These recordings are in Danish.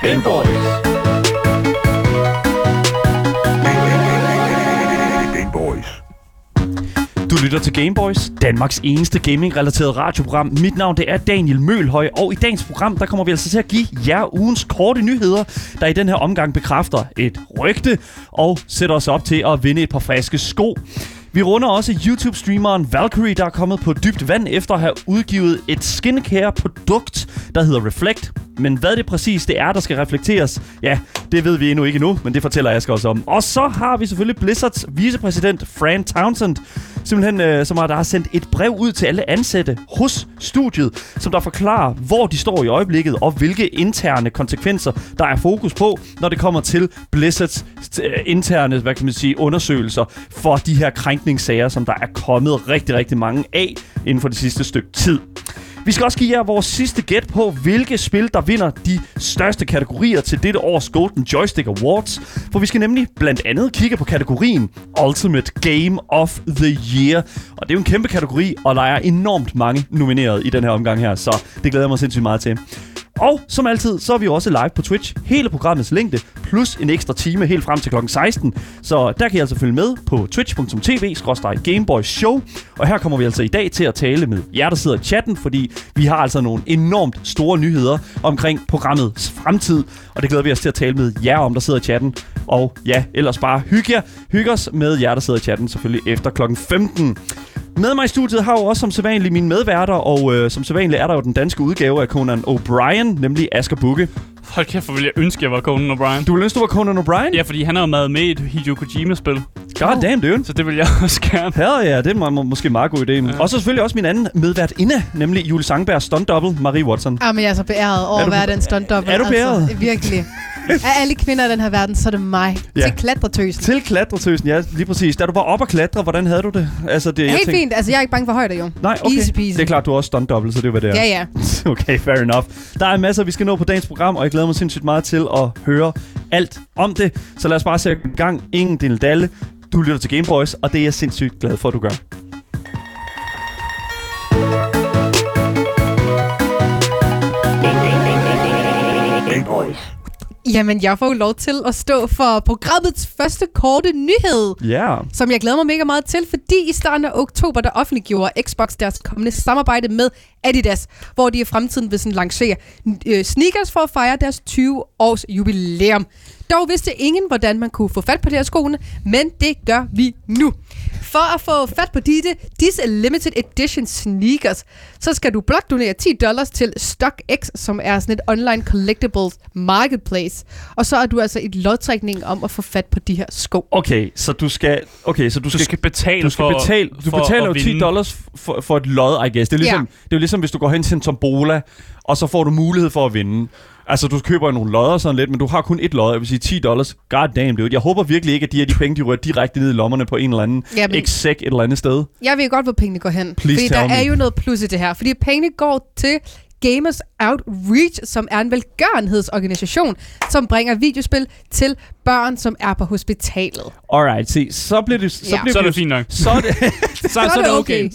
Gameboys. Du lytter til Gameboys, Danmarks eneste gaming-relateret radioprogram. Mit navn det er Daniel Mølhøj, og i dagens program der kommer vi altså til at give jer ugens korte nyheder, der i den her omgang bekræfter et rygte og sætter os op til at vinde et par friske sko. Vi runder også YouTube-streameren Valkyrie, der er kommet på dybt vand efter at have udgivet et skincare-produkt, der hedder Reflect. Men hvad det præcis det er, der skal reflekteres, ja, det ved vi endnu ikke endnu, men det fortæller jeg også om. Og så har vi selvfølgelig Blizzards vicepræsident, Fran Townsend, simpelthen, som der har sendt et brev ud til alle ansatte hos studiet, som der forklarer, hvor de står i øjeblikket, og hvilke interne konsekvenser, der er fokus på, når det kommer til Blizzards interne, hvad kan man sige, undersøgelser for de her krænkningssager, som der er kommet rigtig, rigtig mange af inden for det sidste stykke tid. Vi skal også give jer vores sidste gæt på, hvilke spil, der vinder de største kategorier til dette års Golden Joystick Awards. For vi skal nemlig blandt andet kigge på kategorien Ultimate Game of the Year. Og det er jo en kæmpe kategori, og der er enormt mange nomineret i den her omgang her, så det glæder jeg mig sindssygt meget til. Og som altid, så er vi også live på Twitch. Hele programmets længde, plus en ekstra time helt frem til kl. 16. Så der kan I altså følge med på twitch.tv/gameboyshow. Og her kommer vi altså i dag til at tale med jer, der sidder i chatten, fordi vi har altså nogle enormt store nyheder omkring programmets fremtid. Og det glæder vi os til at tale med jer om, der sidder i chatten. Og ja, ellers bare hygge os med jer, der sidder i chatten, selvfølgelig efter kl. 15. Med mig i studiet har jo også som sædvanligt mine medværter, og som sædvanligt er der jo den danske udgave af Conan O'Brien, nemlig Asger Bukke. Hold kæft, hvor ville jeg ønske, jeg var Conan O'Brien. Du ville ønske, du var Conan O'Brien? Ja, fordi han har jo med i et Hideo Kojima-spil. God damn, dude. Så det vil jeg også gerne. Ja, det er måske en meget god idé. Ja. Og så selvfølgelig også min anden medværtinde, nemlig Julie Sangbergs stunt-double, Marie Watson. Men jeg er så beæret over at være den stunt-double. Er du beæret? Altså, virkelig. Af alle kvinder i den her verden, så er det mig. Ja. Til klatretøsen. Til klatretøsen, ja, lige præcis. Da du var oppe at klatre, hvordan havde du det? Altså, det helt fint. Altså, jeg er ikke bange for højder, jo. Nej, okay. Easy peasy. Det er klart, du er også stunt-double, så det er hvad det er. Ja. Okay, fair enough. Der er masser, vi skal nå på dagens program, og jeg glæder mig sindssygt meget til at høre alt om det. Så lad os bare sætte i gang. Ingen dildalle. Du lytter til Gameboys, og det er jeg sindssygt glad for, at du gør. Gameboys. Jamen, jeg får lov til at stå for programmets første korte nyhed, som jeg glæder mig mega meget til, fordi i starten af oktober, der offentliggjorde Xbox deres kommende samarbejde med Adidas, hvor de i fremtiden vil sådan lancere sneakers for at fejre deres 20-års jubilæum. Dog vidste ingen, hvordan man kunne få fat på de her skoene, men det gør vi nu. For at få fat på disse limited edition sneakers, så skal du blot donere $10 til StockX, som er sådan et online collectibles marketplace. Og så er du altså i lodtrækning om at få fat på de her sko. Okay, så du skal betale. Du betaler jo $10 for et lod, I guess. Det er jo ligesom hvis du går hen til en tombola, og så får du mulighed for at vinde. Altså, du køber nogle lodder sådan lidt, men du har kun et lod. Jeg vil sige $10. God damn, dude. Jeg håber virkelig ikke, at de penge, de rører direkte ned i lommerne på en eller anden exec et eller andet sted. Jeg ved godt, hvor pengene går hen. Fordi der er jo noget plus i det her. Fordi pengene går til Gamers Outreach, som er en velgørenhedsorganisation, som bringer videospil til børn, som er på hospitalet. Alright, se, så bliver det... Så er det fint nok. Så er det okay.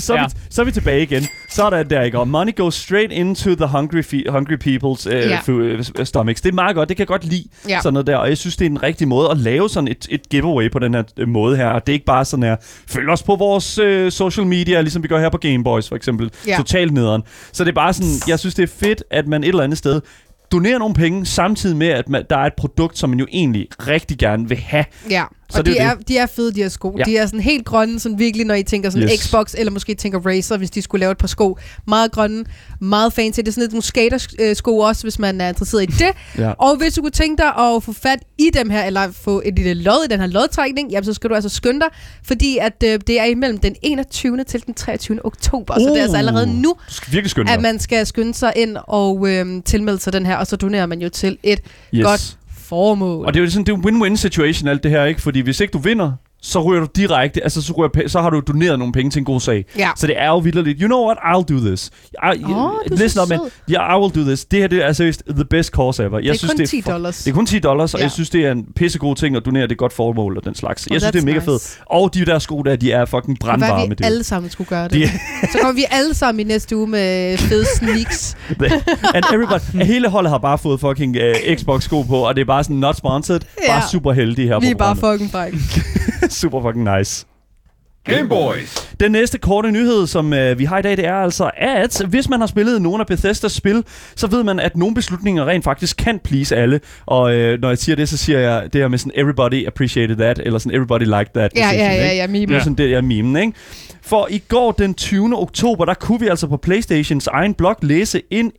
Så er vi tilbage igen. Så er der ikke. Og money goes straight into the hungry people's stomachs. Det er meget godt. Det kan jeg godt lide. Sådan noget der. Og jeg synes, det er en rigtig måde at lave sådan et giveaway på den her måde her. Og det er ikke bare sådan her. Følg os på vores social media, ligesom vi gør her på Gameboys for eksempel. Totalt nederen. Så det er bare sådan, jeg synes, det er fedt, at man et eller andet sted donerer nogle penge, samtidig med, at der er et produkt, som man jo egentlig rigtig gerne vil have. Ja. Så og de er fede, de her sko. Ja. De er sådan helt grønne, sådan virkelig, når I tænker sådan Xbox, eller måske tænker Razer, hvis de skulle lave et par sko. Meget grønne, meget fancy. Det er sådan lidt nogle skatersko også, hvis man er interesseret i det. Og hvis du kunne tænke dig at få fat i dem her, eller få et lille lod i den her lodtrækning, jamen, så skal du altså skynde dig, fordi at det er imellem den 21. til den 23. oktober. Så det er altså allerede nu, at man skal skynde sig ind og tilmelde sig den her, og så donerer man jo til et godt formål. Og det er jo sådan, det er en win-win situation alt det her, ikke? Fordi hvis ikke du vinder, så ryger du direkte, altså så har du doneret nogle penge til en god sag. Ja. Så det er jo vitterligt, you know what, I'll do this. Listen up, man. Yeah, I will do this. Det her, det er seriøst the best cause ever. Det er kun $10. Det er kun $10, og jeg synes, det er en pissegod ting at donere, det er godt formål og den slags. Jeg synes, det er mega fedt. Og de der sko der, de er fucking brandvarme. Hvad vi alle sammen skulle gøre det. Så kommer vi alle sammen i næste uge med fede sneaks. And everybody, hele holdet har bare fået fucking Xbox-sko på, og det er bare sådan not sponsored. Bare super heldige her på programmet. Vi er bare fucking frække. Super fucking nice. Game Boys. Den næste korte nyhed, som vi har i dag, det er altså, at hvis man har spillet nogle af Bethesdas spil, så ved man, at nogle beslutninger rent faktisk kan please alle. Og når jeg siger det, så siger jeg det her med sådan, everybody appreciated that, eller sådan, everybody liked that. Ja, meme. Det er sådan, det er memen, ikke? For i går, den 20. oktober, der kunne vi altså på PlayStations egen blog læse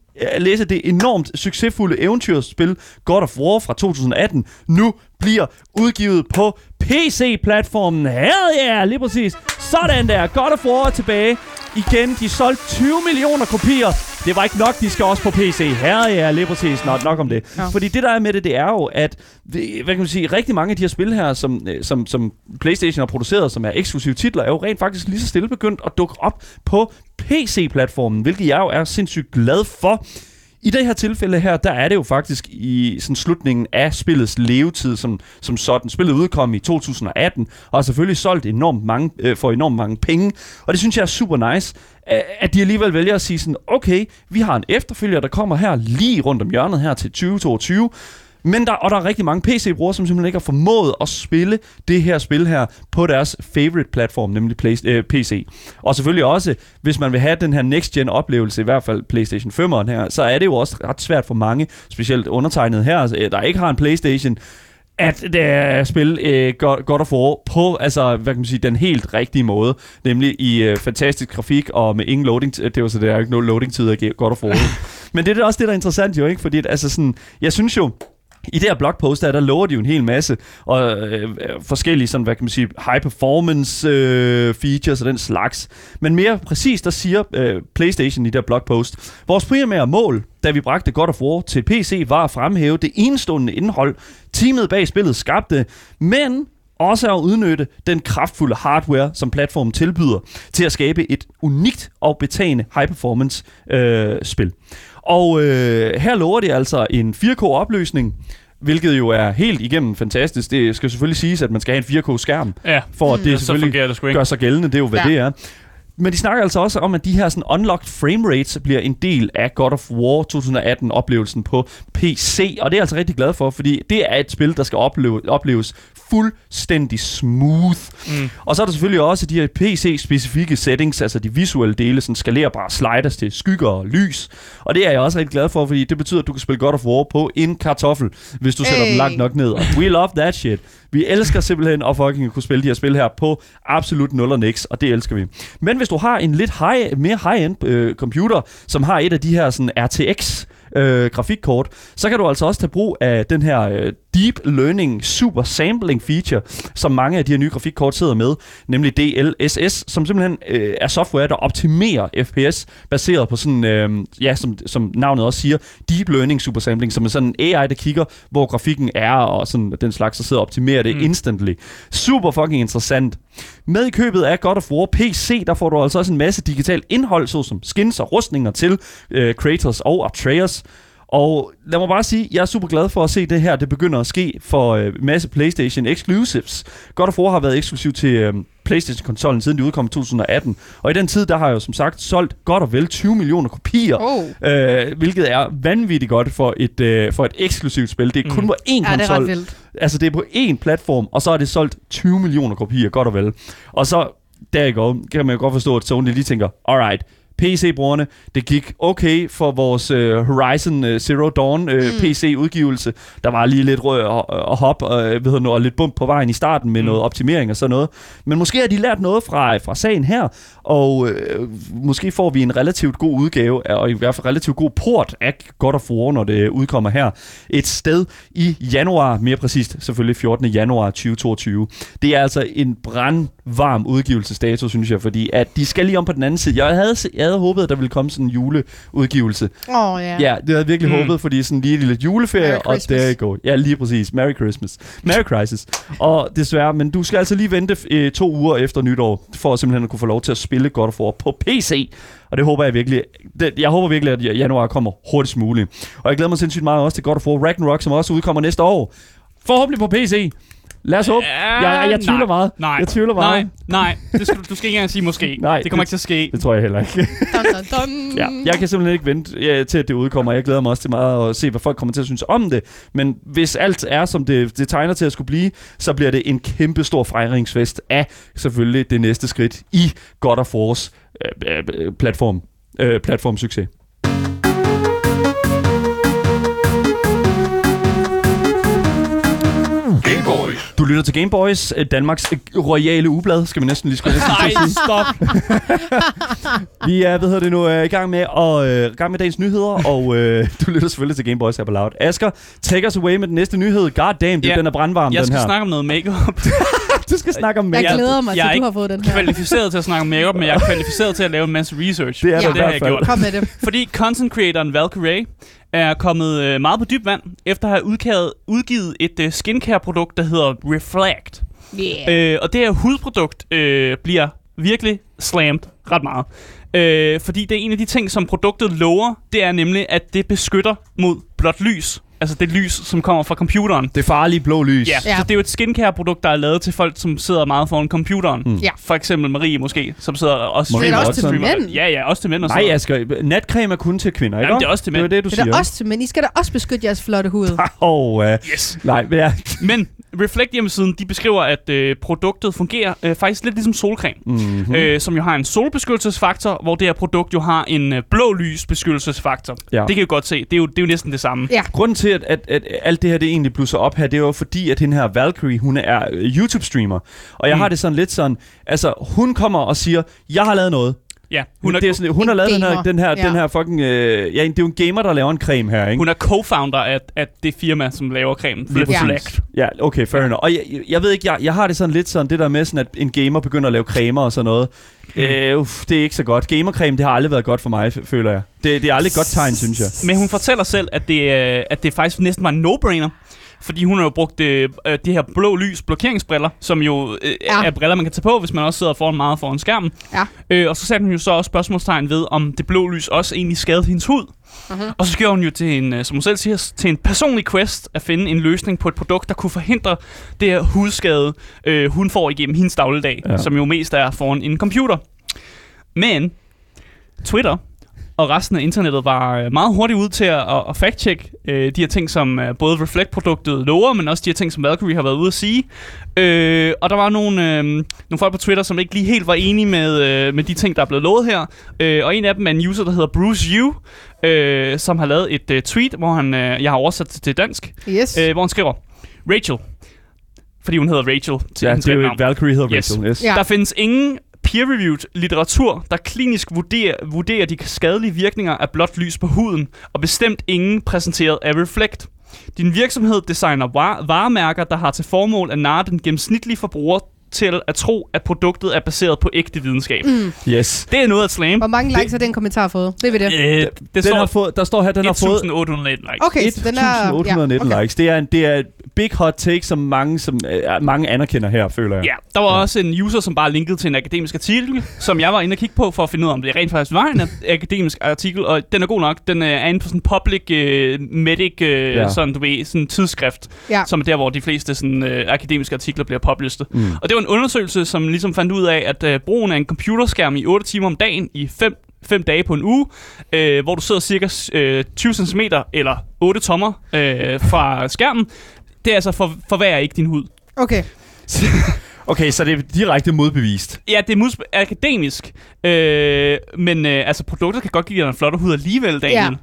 det enormt succesfulde eventyrspil God of War fra 2018 nu bliver udgivet på PC-platformen. Hell yeah, lige præcis. Sådan der, God of War er tilbage. Igen, de solgte 20 millioner kopier. Det var ikke nok, de skal også på PC. Hell yeah, lige præcis. Nok om det. Ja. Fordi det der er med det er jo, at hvad kan man sige, rigtig mange af de her spil her, som PlayStation har produceret, som er eksklusive titler, er jo rent faktisk lige så stille begyndt at dukke op på PC-platformen, hvilket jeg jo er sindssygt glad for. I det her tilfælde her, der er det jo faktisk i sådan slutningen af spillets levetid, som sådan. Spillet udkom i 2018, og har selvfølgelig solgt for enormt mange penge. Og det synes jeg er super nice, at de alligevel vælger at sige sådan, okay, vi har en efterfølger, der kommer her lige rundt om hjørnet her til 2022. Men der er rigtig mange PC-brugere, som simpelthen ikke har formået at spille det her spil her på deres favorite-platform, nemlig PC. Og selvfølgelig også, hvis man vil have den her next-gen-oplevelse, i hvert fald PlayStation 5'eren her, så er det jo også ret svært for mange, specielt undertegnet her, der ikke har en PlayStation, at spille God of War på, altså, hvad kan man sige, den helt rigtige måde, nemlig i fantastisk grafik og med ingen loading. Det var så der er ikke noget loading-tid af God of War. Men det er også det, der er interessant jo, ikke? Fordi altså sådan, jeg synes jo, i det her blogpost der lover de jo en hel masse og forskellige sådan, hvad kan man sige, high performance features og den slags. Men mere præcis, der siger PlayStation i det her blogpost, vores primære mål, da vi bragte God of War til PC, var at fremhæve det enestående indhold, teamet bag spillet skabte, men også at udnytte den kraftfulde hardware, som platformen tilbyder, til at skabe et unikt og betagende high performance spil. Og her lover de altså en 4K-opløsning, hvilket jo er helt igennem fantastisk. Det skal selvfølgelig siges, at man skal have en 4K-skærm, for at det selvfølgelig gør sig gældende. Det er jo, hvad det er. Men de snakker altså også om, at de her sådan unlocked frame rates bliver en del af God of War 2018-oplevelsen på PC. Og det er jeg altså rigtig glad for, fordi det er et spil, der skal opleves fuldstændig smooth. Og så er der selvfølgelig også de her PC-specifikke settings, altså de visuelle dele, sådan skalerbare sliders til skygger og lys. Og det er jeg også rigtig glad for, fordi det betyder, at du kan spille God of War på en kartoffel, hvis du sætter den langt nok ned. Og we love that shit. Vi elsker simpelthen at fucking kunne spille de her spil her på absolut 0 og niks, og det elsker vi. Men hvis du har en lidt mere high-end computer, som har et af de her sådan RTX grafikkort, så kan du altså også tage brug af den her Deep Learning Super Sampling feature, som mange af de her nye grafikkort sidder med, nemlig DLSS, som simpelthen er software, der optimerer FPS, baseret på sådan, som navnet også siger, Deep Learning Super Sampling, som er sådan en AI, der kigger, hvor grafikken er, og sådan den slags, der sidder og optimerer det instantly. Super fucking interessant. Med i købet af God of War PC, der får du altså også en masse digitalt indhold, såsom skins og rustninger til Kratos og Atreus. Og lad mig bare sige, jeg er super glad for at se det her. Det begynder at ske for en masse PlayStation Exclusives. God of War har været eksklusiv til PlayStation-konsollen siden de udkom i 2018. Og i den tid, der har jeg jo som sagt solgt godt og vel 20 millioner kopier. Hvilket er vanvittigt godt for et eksklusivt spil. Det er kun på én konsol. Det er ret vildt. Altså det er på én platform, og så er det solgt 20 millioner kopier, godt og vel. Og så, der kan man jo godt forstå, at Sony lige tænker, alright, PC-brugerne, det gik okay for vores Horizon Zero Dawn PC-udgivelse. Der var lige lidt og hop og lidt bump på vejen i starten med noget optimering og sådan noget. Men måske har de lært noget fra sagen her, og måske får vi en relativt god udgave, og i hvert fald relativt god port af God of War, når det udkommer her. Et sted i januar, mere præcist selvfølgelig 14. januar 2022. Det er altså en varm udgivelsesdato, synes jeg, fordi at de skal lige om på den anden side. Jeg havde håbet, at der ville komme sådan en juleudgivelse. Ja. Ja, det havde jeg virkelig håbet, fordi sådan lige lidt juleferie, og der går. Ja, lige præcis. Merry Christmas. Merry Crisis. Og desværre, men du skal altså lige vente 2 uger efter nytår, for simpelthen at kunne få lov til at spille God of War på PC. Og det håber jeg virkelig. Jeg håber virkelig, at januar kommer hurtigst muligt. Og jeg glæder mig sindssygt meget også til God of War Ragnarok, som også udkommer næste år. Forhåbentlig på PC. Lad os håbe. Jeg tvivler meget. Jeg tvivler meget. Nej. Du skal ikke engang sige måske. Nej, det kommer ikke til at ske. Det tror jeg heller ikke. Ja, jeg kan simpelthen ikke vente til, at det udkommer. Jeg glæder mig også til meget at se, hvad folk kommer til at synes om det. Men hvis alt er, som det tegner til at skulle blive, så bliver det en kæmpe stor fejringsfest af selvfølgelig det næste skridt i God of War's platformsucces. Du lytter til Game Boys, Danmarks royale ugeblad, skal vi næsten lige skulle Nej, stop. Vi er, i gang med dagens nyheder, og du lytter selvfølgelig til Game Boys her på Loud. Asger, take us away med den næste nyhed. God damn, den er brandvarm, den her. Jeg skal snakke om noget makeup. Du skal snakke om makeup. Jeg glæder mig til, at du har fået den her. Jeg er ikke kvalificeret til at snakke om makeup, men jeg er kvalificeret til at lave en masse research. Det er det i hvert fald. Kom med det. Fordi content creatoren Valkyrae er kommet meget på dyb vand, efter at have udgivet et skincare-produkt, der hedder Reflect. Yeah. Og det her hudprodukt bliver virkelig slammed ret meget. Fordi det er en af de ting, som produktet lover, det er nemlig, at det beskytter mod blåt lys. Altså det lys, som kommer fra computeren. Det farlige blå lys. Ja, så det er jo et skincare-produkt, der er lavet til folk, som sidder meget foran computeren. Ja. For eksempel Marie måske, som sidder og streamer. Det er også til mænd. Ja, også til mænd. Og nej, Asger, natcreme er kun til kvinder, ikke? Jamen, det er også til mænd. Det er det, du siger. Det er også til mænd. I skal da også beskytte jeres flotte hud. Yes. Nej, men Reflect hjemmesiden, de beskriver, at produktet fungerer faktisk lidt ligesom solcreme, som jo har en solbeskyttelsesfaktor, hvor det her produkt jo har en blå lysbeskyttelsesfaktor. Ja. Det kan I godt se. Det er jo næsten det samme. Ja. Grunden til, at alt det her det egentlig blusser op her, det er jo fordi, at den her Valkyrae, hun er YouTube-streamer. Og jeg har det sådan lidt sådan, altså hun kommer og siger, jeg har lavet noget. Ja, hun har lavet den her fucking... det er jo en gamer, der laver en creme her, ikke? Hun er co-founder af det firma, som laver cremen. Reflect. Ja, okay, fair enough. Og jeg ved ikke, jeg har det sådan lidt sådan, det der med sådan, at en gamer begynder at lave cremer og sådan noget. Det er ikke så godt. Gamercreme, det har aldrig været godt for mig, føler jeg. Det er aldrig et godt tegn, synes jeg. Men hun fortæller selv, at det faktisk næsten var en no-brainer. Fordi hun har jo brugt de her blå lys blokeringsbriller, som jo er briller, man kan tage på, hvis man også sidder meget foran skærmen. Ja. Og så satte hun jo så også spørgsmålstegn ved, om det blå lys også egentlig skadede hendes hud. Uh-huh. Og så gjorde hun jo til en, som hun selv siger, til en personlig quest at finde en løsning på et produkt, der kunne forhindre det her hudskade, hun får igennem hendes dagligdag, som jo mest er foran en computer. Men Twitter og resten af internettet var meget hurtigt ud til at fact-check de her ting, som både Reflect-produktet lover, men også de her ting, som Valkyrae har været ude at sige. Og der var nogle folk på Twitter, som ikke lige helt var enige med de ting, der er blevet lovet her. Og en af dem er en user, der hedder Bruce Yu, som har lavet et tweet, hvor jeg har oversat det til dansk, hvor han skriver, Rachel, fordi hun hedder Rachel til hendes navn. Valkyrae hedder Rachel, yes. Der findes ingen peer-reviewed litteratur, der klinisk vurderer de skadelige virkninger af blåt lys på huden, og bestemt ingen præsenteret af Reflect. Din virksomhed designer varemærker, der har til formål at narre den gennemsnitlige forbruger til at tro, at produktet er baseret på ægte videnskab. Yes. Det er noget at slam. Hvor mange likes har den kommentar fået? Det ved det. Der står her, den har fået 1.819 likes. Okay, 1.819 likes. Det er et big hot take, som mange anerkender her, føler jeg. Ja, der var også en user, som bare linkede til en akademisk artikel, som jeg var inde og kigge på, for at finde ud af, om det rent faktisk var en akademisk artikel, og den er god nok. Den er inde på sådan en public medic, sådan, du ved, sådan tidsskrift, som er der, hvor de fleste sådan, akademiske artikler bliver published. Og det var en undersøgelse, som ligesom fandt ud af, at brugen af en computerskærm i 8 timer om dagen i 5 dage på en uge, hvor du sidder cirka 20 cm eller 8 tommer fra skærmen, det er altså forværrer ikke din hud. Okay. Okay, så det er direkte modbevist. Ja, det er akademisk, men altså produktet kan godt give dig en flot hud alligevel, Daniel.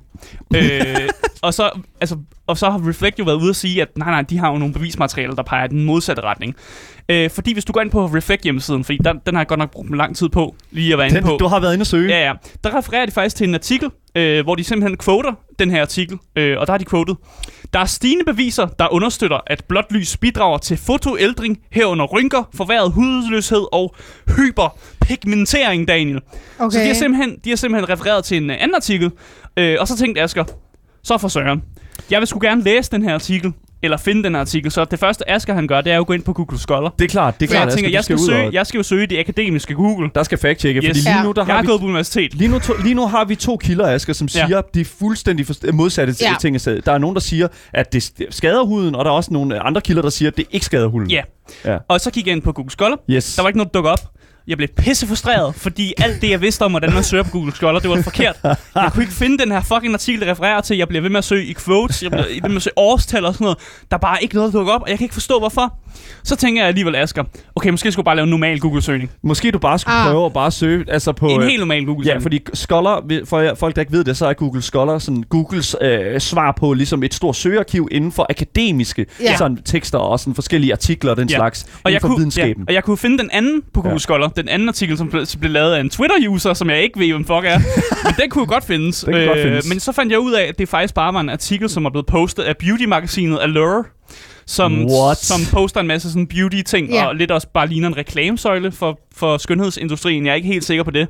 Og så har Reflect jo været ude at sige, at nej, de har jo nogle bevismaterialer, der peger i den modsatte retning. Fordi hvis du går ind på Reflect hjemmesiden, fordi den har jeg godt nok brugt lang tid på, lige at være inde på. Du har været inde og søge. Ja. Der refererer de faktisk til en artikel hvor de simpelthen quoter den her artikel, og der har de quotet: "Der er stigende beviser, der understøtter, at blåt lys bidrager til fotoældring, herunder rynker, forværret hudløshed og hyperpigmentering, Daniel." Okay. Så de har simpelthen refereret til en anden artikel, og så tænkte Asger, så for søren, jeg vil sgu gerne læse den her artikel, eller finde den artikel. Så det første Asger han gør, det er jo at gå ind på Google Scholar. Det er klart, jeg tænker, jeg skal jo søge det akademiske Google. Der skal fact-checke, fordi lige nu, jeg har gået på universitet. Lige nu har vi 2 kilder, Asger, som siger, de er fuldstændig modsatte ting. Der er nogen, der siger, at det skader huden, og der er også nogle andre kilder, der siger, at det ikke skader huden. Ja. Og så gik jeg ind på Google Scholar. Yes. Der var ikke noget, der dukkede op. Jeg blev pisse frustreret, fordi alt det, jeg vidste om, hvordan man søger på Google Scholar, det var forkert. Jeg kunne ikke finde den her fucking artikel, der refererer til. Jeg bliver ved med at søge i quotes, jeg bliver ved med at søge årstal og sådan noget. Der er bare ikke noget, der dukker op, og jeg kan ikke forstå, hvorfor. Så tænker jeg alligevel, Asger, okay, måske skulle jeg bare lave en normal Google-søgning. Måske du bare skulle prøve at bare søge altså på... En helt normal Google-søgning. Ja, fordi Scholar, for folk, der ikke ved det, så er Google Scholar sådan Googles svar på ligesom et stort søgearkiv inden for akademiske sådan, tekster og sådan forskellige artikler og den slags inden for videnskaben. Og jeg kunne finde den anden på Google Scholar, den anden artikel, som blev lavet af en Twitter-user, som jeg ikke ved, hvem fuck er. Men den kunne godt findes. Men så fandt jeg ud af, at det faktisk bare var en artikel, som er blevet postet af beauty-magasinet Allure, som poster en masse sådan beauty-ting, og lidt også bare ligner en reklamesøjle for skønhedsindustrien. Jeg er ikke helt sikker på det.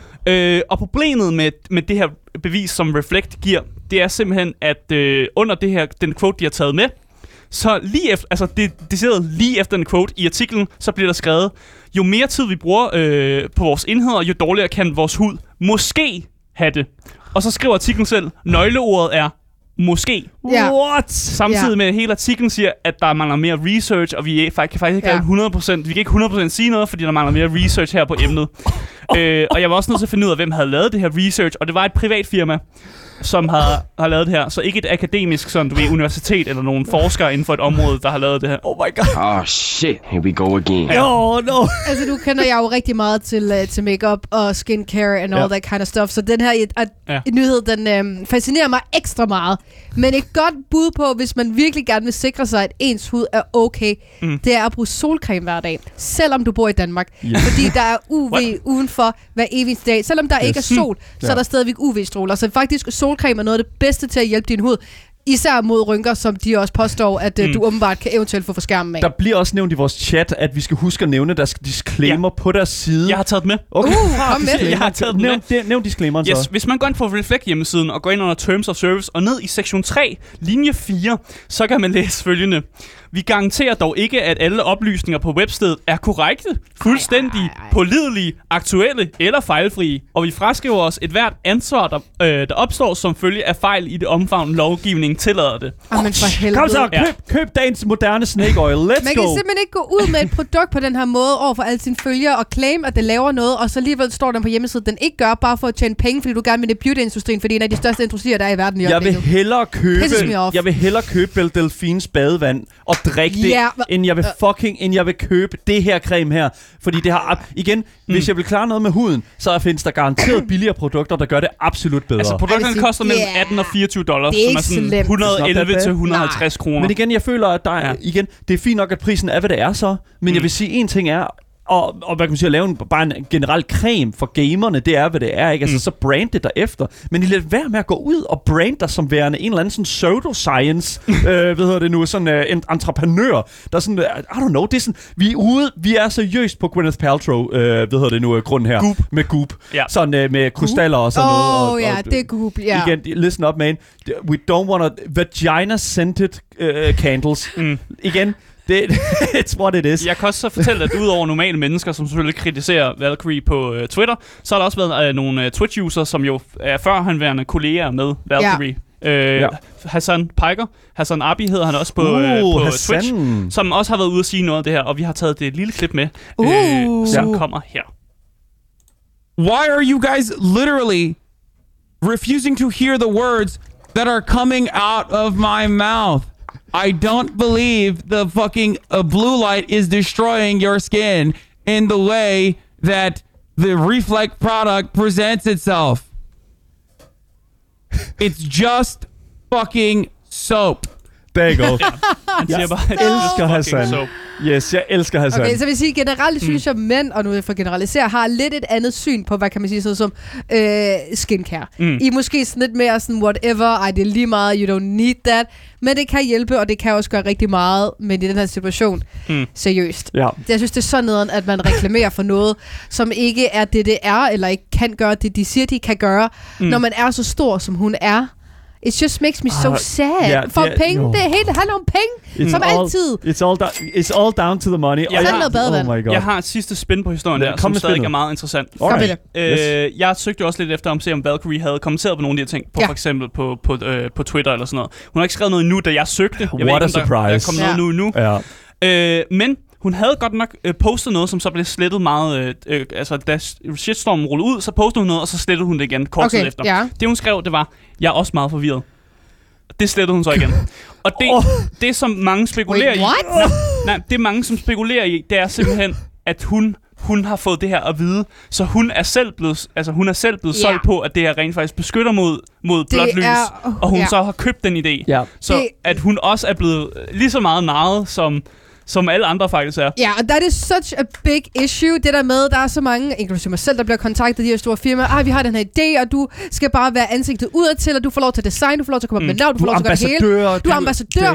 Og problemet med det her bevis, som Reflect giver, det er simpelthen, at under det her, den quote, de har taget med, så lige efter, altså det sidder lige efter en quote i artiklen, så bliver der skrevet: "Jo mere tid vi bruger på vores enheder, jo dårligere kan vores hud måske have det." Og så skriver artiklen selv, nøgleordet er måske. What? Samtidig med, at hele artiklen siger, at der mangler mere research, og vi kan faktisk ikke have 100%. Vi kan ikke 100% sige noget, fordi der mangler mere research her på emnet. Og jeg var også nødt til at finde ud af, hvem havde lavet det her research, og det var et privat firma, som har lavet det her. Så ikke et akademisk sådan, universitet eller nogle forskere inden for et område, der har lavet det her. Oh my god. Oh shit, here we go again. No. Altså, du kender jeg jo rigtig meget til makeup og skincare and all that kind of stuff. Så den her nyhed, den fascinerer mig ekstra meget. Men et godt bud på, hvis man virkelig gerne vil sikre sig, at ens hud er okay, det er at bruge solcreme hver dag. Selvom du bor i Danmark. Fordi der er UV udenfor hver evig dag. Selvom der ikke er sol, så er der stadigvæk UV-stråler. Så faktisk solcreme er noget af det bedste til at hjælpe din hud. Især mod rynker, som de også påstår, at du åbenbart kan eventuelt få skærmen af. Der bliver også nævnt i vores chat, at vi skal huske at nævne deres disclaimer på deres side. Jeg har taget med. Okay. Kom med det. Jeg har taget med. Nævn disclaimeren så. Hvis man går ind på Reflect hjemmesiden og går ind under Terms of Service og ned i sektion 3, linje 4, så kan man læse følgende: "Vi garanterer dog ikke, at alle oplysninger på webstedet er korrekte, fuldstændig, pålidelige, aktuelle eller fejlfrie. Og vi fraskriver os et hvert ansvar, der opstår som følge af fejl i det omfang, lovgivningen tillader det." Men for helvede. Kom så, køb dagens moderne snake oil. Let's go. Man kan simpelthen ikke gå ud med et produkt på den her måde over for alle sine følgere og claim, at det laver noget, og så alligevel står den på hjemmesiden, den ikke gør, bare for at tjene penge, fordi du gerne vil det beauty-industrien, fordi en af de største industrier, der er i verden i øjeblikket. Jeg vil hellere købe Belle Delphines badevand og drikke det, end jeg vil købe det her creme her. Fordi det har, igen, hvis jeg vil klare noget med huden, så findes der garanteret billigere produkter, der gør det absolut bedre. Altså produkterne koster mellem $18 og $24, som er sådan 111 til 150 kroner. Men igen, jeg føler, at der er, det er fint nok, at prisen er, hvad det er så. Men jeg vil sige, en ting er, og hvad kan man sige, at lave bare en generel creme for gamerne, det er, hvad det er, ikke? Altså, så brand det derefter. Men I lader være med at gå ud og brande dig som værende en eller anden sådan pseudoscience, sådan en entreprenør, der sådan, I don't know, det er sådan, vi er seriøst på Gwyneth Paltrow, grunden her. Goop. Med Goop. Ja. Sådan med krystaller og sådan noget. Det er Goop, Igen, listen up, man. We don't want vagina-scented candles. Igen, it's what it is. Jeg kan også så fortælle, at udover normale mennesker, som selvfølgelig kritiserer Valkyrie på Twitter, så har der også været nogle Twitch-usere, som jo er førhenværende kolleger med Valkyrie. Hassan Piker, Hassan Abi hedder han også på Twitch, som også har været ude at sige noget af det her, og vi har taget det lille klip med, som kommer her. Why are you guys literally refusing to hear the words that are coming out of my mouth? I don't believe the fucking blue light is destroying your skin in the way that the Reflect product presents itself. It's just fucking soap. There you go. Han siger bare, elsker Hassan. Soap. Yes, jeg elsker Hassan. Okay, så vil jeg sige, generelt synes jeg, mænd, og nu for generalisere, har lidt et andet syn på, hvad kan man sige, sådan som skincare. I er måske sådan lidt mere sådan, whatever, det er lige meget, you don't need that. Men det kan hjælpe, og det kan også gøre rigtig meget, men i den her situation, seriøst. Ja. Jeg synes, det er så nederen, at man reklamerer for noget, som ikke er det er, eller ikke kan gøre det, de siger, de kan gøre, når man er så stor, som hun er. It just makes me so sad. Yeah, for penge, det handler om penge, som altid. It's all down to the money. Jeg har et sidste spin på historien der, som stadig er meget interessant. Jeg søgte jo også lidt efter, om Valkyrie havde kommenteret på nogle af de her ting, for eksempel på Twitter eller sådan noget. Hun har ikke skrevet noget endnu, da jeg søgte. Jeg What a surprise. Der kom noget nu. Yeah. Men hun havde godt nok postet noget, som så blev slettet meget... da shitstormen rullede ud, så postede hun noget, og så slettede hun det igen kort tid efter. Yeah. Det hun skrev, det var, jeg er også meget forvirret. Det slettede hun så igen. Og det som mange spekulerer i... Nej, det mange som spekulerer i, det er simpelthen, at hun har fået det her at vide, så hun er selv blevet solgt på, at det her rent faktisk beskytter mod blåt lys, og hun så har købt den idé. Yeah. Så at hun også er blevet lige så meget som alle andre faktisk er. Ja, og that is such a big issue. Det der med, der er så mange, inklusive mig selv, der bliver kontaktet af de her store firmaer. Vi har den her idé, og du skal bare være ansigtet udadtil, og du får lov til at designe, du får lov til at komme op med navn, du får lov til at gøre det hele. Du er ambassadør.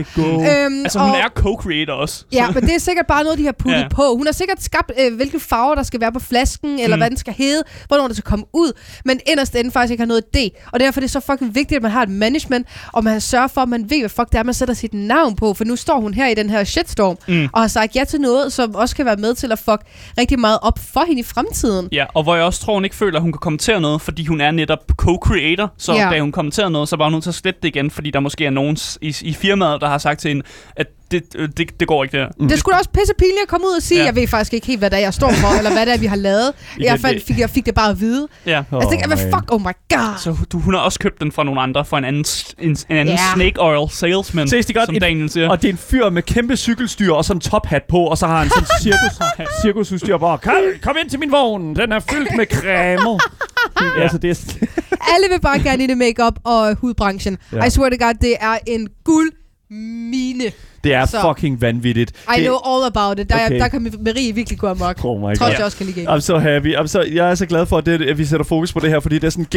Hun er co-creator også. Ja, men det er sikkert bare noget, de har puttet på. Hun har sikkert skabt, hvilke farver, der skal være på flasken, eller hvad den skal hedde, hvornår det skal komme ud, men inderst inde faktisk ikke har noget idé. Og derfor er det så fucking vigtigt, at man har et management, og man sørger for, at man ved, hvad fuck det er, man sætter sit navn på, for nu står hun her i den her shitstorm, og har sagt ja til noget, som også kan være med til at fuck rigtig meget op for hende i fremtiden. Ja, og hvor jeg også tror, hun ikke føler, at hun kan kommentere noget, fordi hun er netop co-creator, så da hun kommenterer noget, så var hun nødt til at slette det igen, fordi der måske er nogen i firmaet, der har sagt til hende, at det går ikke der. Det skulle da også pisse pinligt at komme ud og sige, jeg ved faktisk ikke helt, hvad det er, jeg står for, eller hvad det er, vi har lavet. I hvert fald fik det bare at vide. Ja. Jeg tænkte, fuck, oh my god. Så hun har også købt den fra nogle andre, fra en anden snake oil salesman, som Daniel siger. Og det er en fyr med kæmpe cykelstyr og sådan en tophat på, og så har han sådan cirkusudstyr bare, kom ind til min vogn, den er fyldt med creme. Altså, det er alle vil bare gerne ind i make-up og hudbranchen. I swear to god, det er en guldmine. Det er fucking vanvittigt. I know all about it. Der kan Marie virkelig gå amok. Oh my god. Trods jeg også kan lide games. I'm so happy. Jeg er så glad for, at vi sætter fokus på det her, fordi det er sådan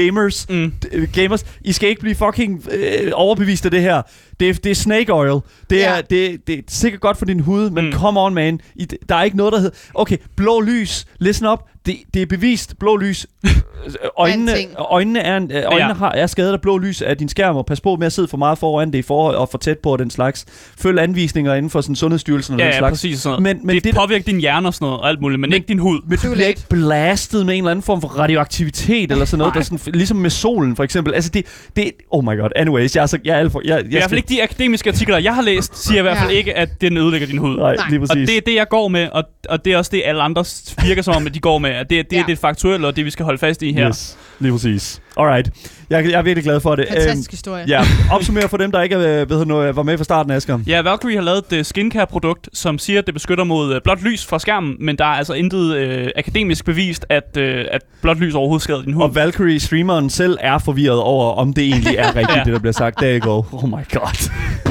gamers, I skal ikke blive fucking overbevist af det her. Det er snake oil. Det er sikkert godt for din hud, men come on, man. Der er ikke noget, der hedder... Okay, blå lys. Listen up. Det er bevist. Blå lys. Øjnene er skadet af blå lys af din skærm, og pas på med at sidde for meget foran det i forhold og for tæt på den slags. Følg anvisninger inden for sådan Sundhedsstyrelsen og den slags. Præcis sådan noget. Men det påvirker din hjerne og sådan noget og alt muligt, men ikke din hud. Men du bliver ikke blastet med en eller anden form for radioaktivitet eller sådan noget, der sådan, ligesom med solen for eksempel. Altså det oh my god. Anyways, jeg i hvert fald ikke de akademiske artikler, jeg har læst, siger i hvert fald ikke, at den ødelægger din hud. Nej, lige præcis. Og det er det, jeg går med, og det er også det, alle andre virker som om, at de går med. At det er det faktuelle, og det, vi skal holde fast i her. Yes, lige præcis. Alright. Jeg er virkelig glad for det. Fantastisk historie. Ja, opsummer for dem, der ikke var med fra starten, Asger. Ja, Valkyrie har lavet et skincare-produkt, som siger, at det beskytter mod blåt lys fra skærmen, men der er altså intet akademisk bevist, at blåt lys overhovedet skader din hud. Og Valkyrie-streameren selv er forvirret over, om det egentlig er rigtigt, det der bliver sagt. There you go. Oh my god.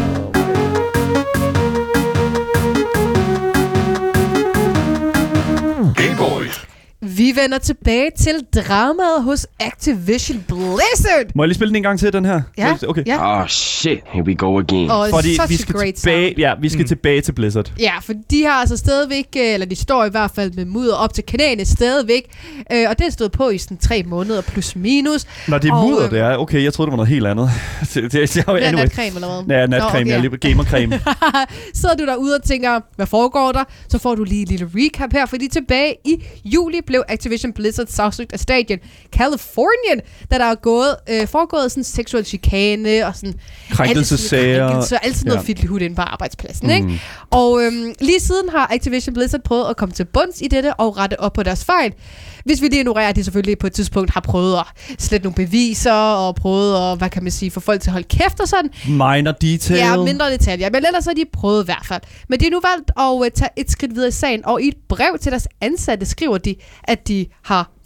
Vi vender tilbage til dramaet hos Activision Blizzard. Må jeg lige spille den en gang til, den her? Ja. Okay. Oh shit, here we go again. Fordi vi skal tilbage til Blizzard. Ja, for de har altså stadigvæk, eller de står i hvert fald med mudder op til kanalerne stadigvæk. Og det er stået på i sådan 3 måneder plus minus. Når det er mudder, det er. Okay, jeg troede, det var noget helt andet. Natcreme eller hvad? Ja, natcreme, okay. Gamercreme. Sidder du derude og tænker, hvad foregår der? Så får du lige et lille recap her, fordi tilbage i juli blev Activision Blizzard sagsøgt af staten Californien, da der er foregået sådan seksuel chikane og sådan krænkelsessager. Altid noget fiddelhud inde på arbejdspladsen, ikke? Og lige siden har Activision Blizzard prøvet at komme til bunds i dette og rette op på deres fejl. Hvis vi lige ignorerer, at de selvfølgelig på et tidspunkt har prøvet at slette nogle beviser og prøvet at, hvad kan man sige, få folk til at holde kæft og sådan. Minor detail. Ja, mindre detaljer. Men ellers har de prøvet i hvert fald. Men de har nu valgt at tage et skridt videre i sagen, og i et brev til deres ansatte skriver de, at de har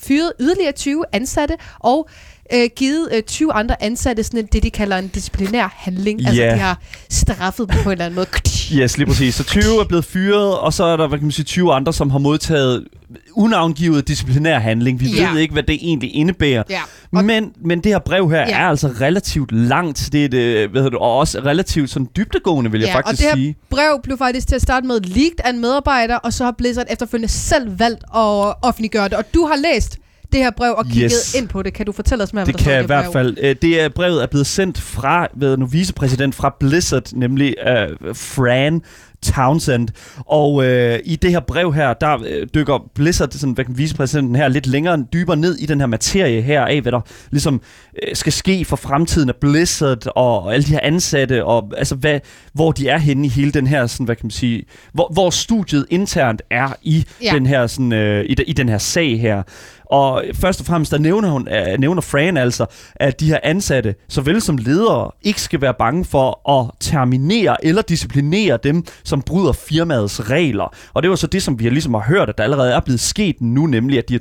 fyret yderligere 20 ansatte og givet 20 andre ansatte sådan det, de kalder en disciplinær handling. Altså, de har straffet dem på en eller anden måde. Yes, lige præcis. Så 20 er blevet fyret, og så er der, 20 andre, som har modtaget unavngivet disciplinær handling. Vi ved ikke, hvad det egentlig indebærer. Ja. Men det her brev her er altså relativt langt. Det er og også relativt sådan dybdegående, vil jeg faktisk sige. Og det her brev blev faktisk til at starte med leaked af en medarbejder, og så har Blizzard efterfølgende selv valgt at offentliggøre det. Og du har læst det her brev og kigget ind på det. Kan du fortælle os mere, hvad der står i det brev? Det kan i hvert fald. Brevet er blevet sendt fra vicepræsident fra Blizzard, nemlig Fran Townsend. Og i det her brev her, der dykker Blizzard, sådan, vicepræsidenten her, lidt dybere ned i den her materie her af, hvad der ligesom skal ske for fremtiden af Blizzard og alle de her ansatte, og altså hvor de er henne i hele den her, sådan, hvor studiet internt er i den her, sådan, i den her sag her. Og først og fremmest, der nævner Fran altså, at de her ansatte, såvel som ledere, ikke skal være bange for at terminere eller disciplinere dem, som bryder firmaets regler. Og det var så det, som vi ligesom har hørt, at der allerede er blevet sket nu, nemlig at de her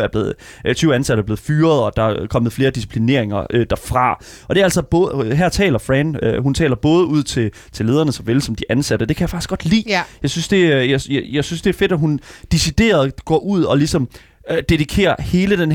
20 ansatte er blevet fyret, og der er kommet flere disciplineringer derfra. Og det er altså både, her taler Fran, hun taler både ud til lederne, såvel som de ansatte. Det kan jeg faktisk godt lide. Ja. Jeg synes, det er fedt, at hun decideret går ud og ligesom dedikerer hele den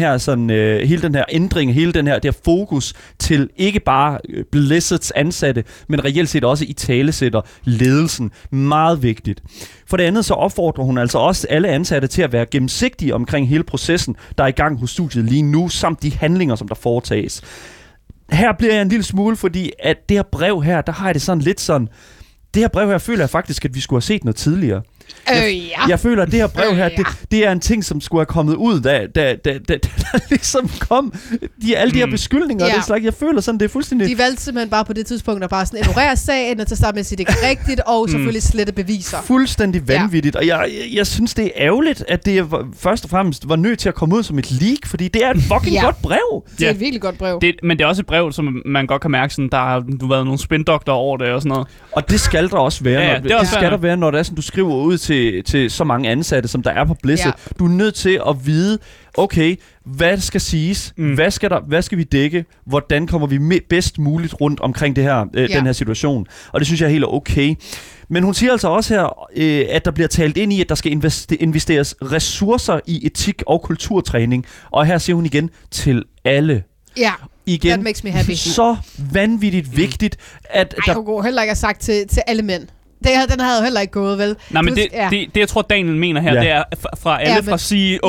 her ændring, hele det her fokus til ikke bare Blizzards ansatte, men reelt set også italesætter ledelsen. Meget vigtigt. For det andet så opfordrer hun altså også alle ansatte til at være gennemsigtige omkring hele processen, der er i gang hos studiet lige nu, samt de handlinger, som der foretages. Her bliver jeg en lille smule, fordi at det her brev her, der har jeg det sådan lidt sådan, det her brev her føler jeg faktisk, at vi skulle have set noget tidligere. Jeg føler, at det her brev her, det er en ting, som skulle have kommet ud, da der ligesom kom alle de her beskyldninger. Det slags, jeg føler sådan, det er fuldstændig... De valgte simpelthen bare på det tidspunkt at bare sådan ignorere sagen, og til starte med at sige, det er rigtigt, og selvfølgelig slette beviser. Fuldstændig vanvittigt, og jeg synes, det er ærgerligt, at det først og fremmest var nødt til at komme ud som et leak, fordi det er et fucking godt brev. Det er et virkelig godt brev. Men det er også et brev, som man godt kan mærke, sådan, der har været nogle spindoktorer over det og sådan noget. Og det skal der også være. Det skal der være, når det er sådan, du skriver ud til så mange ansatte, som der er på Blizzard. Ja. Du er nødt til at vide, okay, hvad skal siges? Hvad skal vi dække? Hvordan kommer vi bedst muligt rundt omkring det her, den her situation? Og det synes jeg er helt okay. Men hun siger altså også her, at der bliver talt ind i, at der skal investeres ressourcer i etik og kulturtræning. Og her siger hun igen, til alle. Ja. Igen, that makes me happy. Så vanvittigt vigtigt, at... Ej, hun heller ikke har sagt til alle mænd. Den havde jo heller ikke gået, vel? Nej, men det jeg tror, Daniel mener her, det er fra alle, fra CEO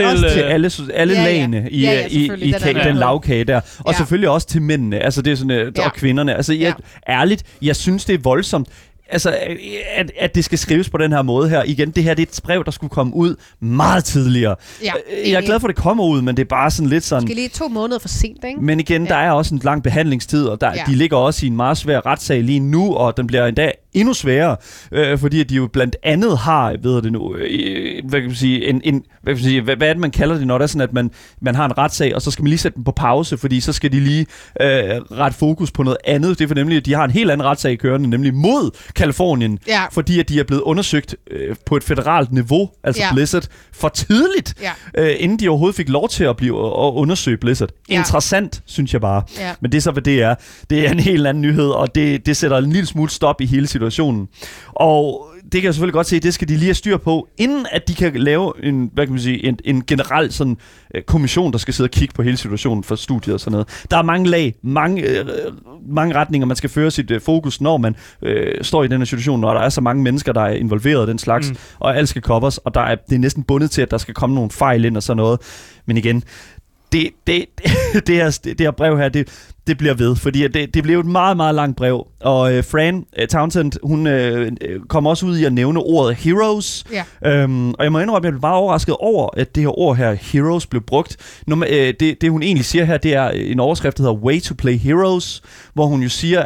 til alle lagene i den lavkage der. Og selvfølgelig også til mændene, altså det er sådan, og kvinderne. Altså ærligt, jeg synes, det er voldsomt. Altså, at det skal skrives på den her måde her. Igen, det her det er et brev, der skulle komme ud meget tidligere. Ja, jeg er glad for, at det kommer ud, men det er bare sådan lidt sådan... Måske lige 2 måneder for sent, ikke? Men igen, der er også en lang behandlingstid, og de ligger også i en meget svær retssag lige nu, og den bliver endda endnu sværere, fordi at de jo blandt andet har, hvad er det, man kalder det, når det er sådan, at man har en retssag, og så skal man lige sætte den på pause, fordi så skal de lige rette fokus på noget andet. Det er for nemlig, at de har en helt anden retssag kørende, nemlig mod Kalifornien, fordi at de er blevet undersøgt på et federalt niveau, altså Blizzard, for tidligt, inden de overhovedet fik lov til at undersøge Blizzard. Interessant, synes jeg bare. Ja. Men det er så, hvad det er. Det er en helt anden nyhed, og det sætter en lille smule stop i hele situationen. Og det kan jeg selvfølgelig godt se, det skal de lige have styr på, inden at de kan lave en generel sådan, kommission, der skal sidde og kigge på hele situationen for studiet og sådan noget. Der er mange lag, mange retninger, man skal føre sit fokus, når man står i den her situation, når der er så mange mennesker, der er involveret i den slags, og alt skal covers, og det er næsten bundet til, at der skal komme nogle fejl ind og sådan noget. Men igen, det her brev her, det bliver ved, fordi det blev et meget, meget langt brev. Og Fran Townsend, hun kom også ud i at nævne ordet heroes. Ja. Og jeg må indrømme, at jeg blev meget overrasket over, at det her ord her, heroes, blev brugt. Det hun egentlig siger her, det er en overskrift, der hedder Way to Play Heroes, hvor hun jo siger,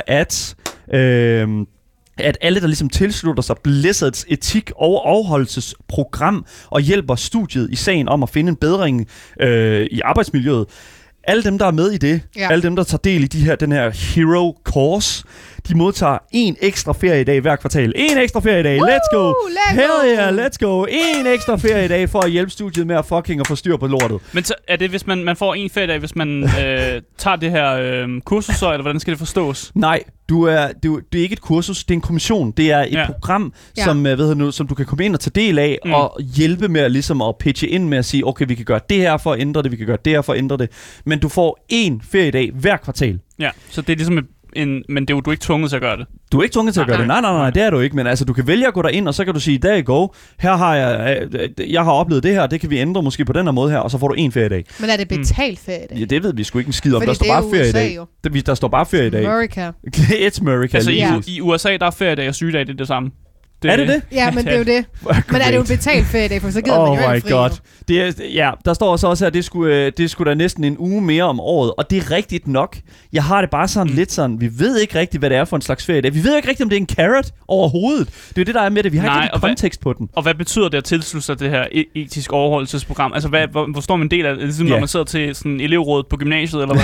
at alle, der ligesom tilslutter sig Blizzards etik- og afholdelsesprogram og hjælper studiet i sagen om at finde en bedring i arbejdsmiljøet, alle dem, der er med i det, alle dem, der tager del i den her hero course, De modtager en ekstra feriedag hver kvartal. En ekstra feriedag. Let's go. Hell yeah, let's go. En ekstra feriedag for at hjælpe studiet med at fucking at få styr på lortet. Men så er det, hvis man får en feriedag, hvis man tager det her kursus, eller hvordan skal det forstås? Nej, det er ikke et kursus, det er en kommission. Det er et program, som du kan komme ind og tage del af, og hjælpe med ligesom at pitche ind med at sige, okay, vi kan gøre det her for at ændre det, vi kan gøre det her for at ændre det. Men du får en feriedag hver kvartal. Ja, så det er ligesom men det er jo, du er ikke tvunget til at gøre det. Du er ikke tvunget til at gøre det. Nej, det er du ikke. Men altså, du kan vælge at gå derind, og så kan du sige, there you go. Her har jeg har oplevet det her, det kan vi ændre måske på den her måde her, og så får du en feriedag. Men er det betalt feriedag? Ja, det ved vi sgu ikke en skid om. Der står bare feriedag. Der står bare feriedag. America. It's America. Altså i USA, der er feriedag og sygedag, det er det samme. Er det det? Ja, men det er jo det. Men er det jo en betalt feriedag, for så gider man jo fri. Oh my god. Der står så også her, det skulle da næsten en uge mere om året, og det er rigtigt nok. Jeg har det bare sådan lidt sådan, vi ved ikke rigtigt, hvad det er for en slags feriedag. Vi ved ikke rigtigt, om det er en carrot overhovedet. Det er jo det, der er med det. Vi har ikke kontekst på den. Og hvad betyder det at tilslutte sig det her etisk overholdelsesprogram? Altså, hvor står man en del af det? Ligesom når man sidder til sådan elevrådet på gymnasiet, eller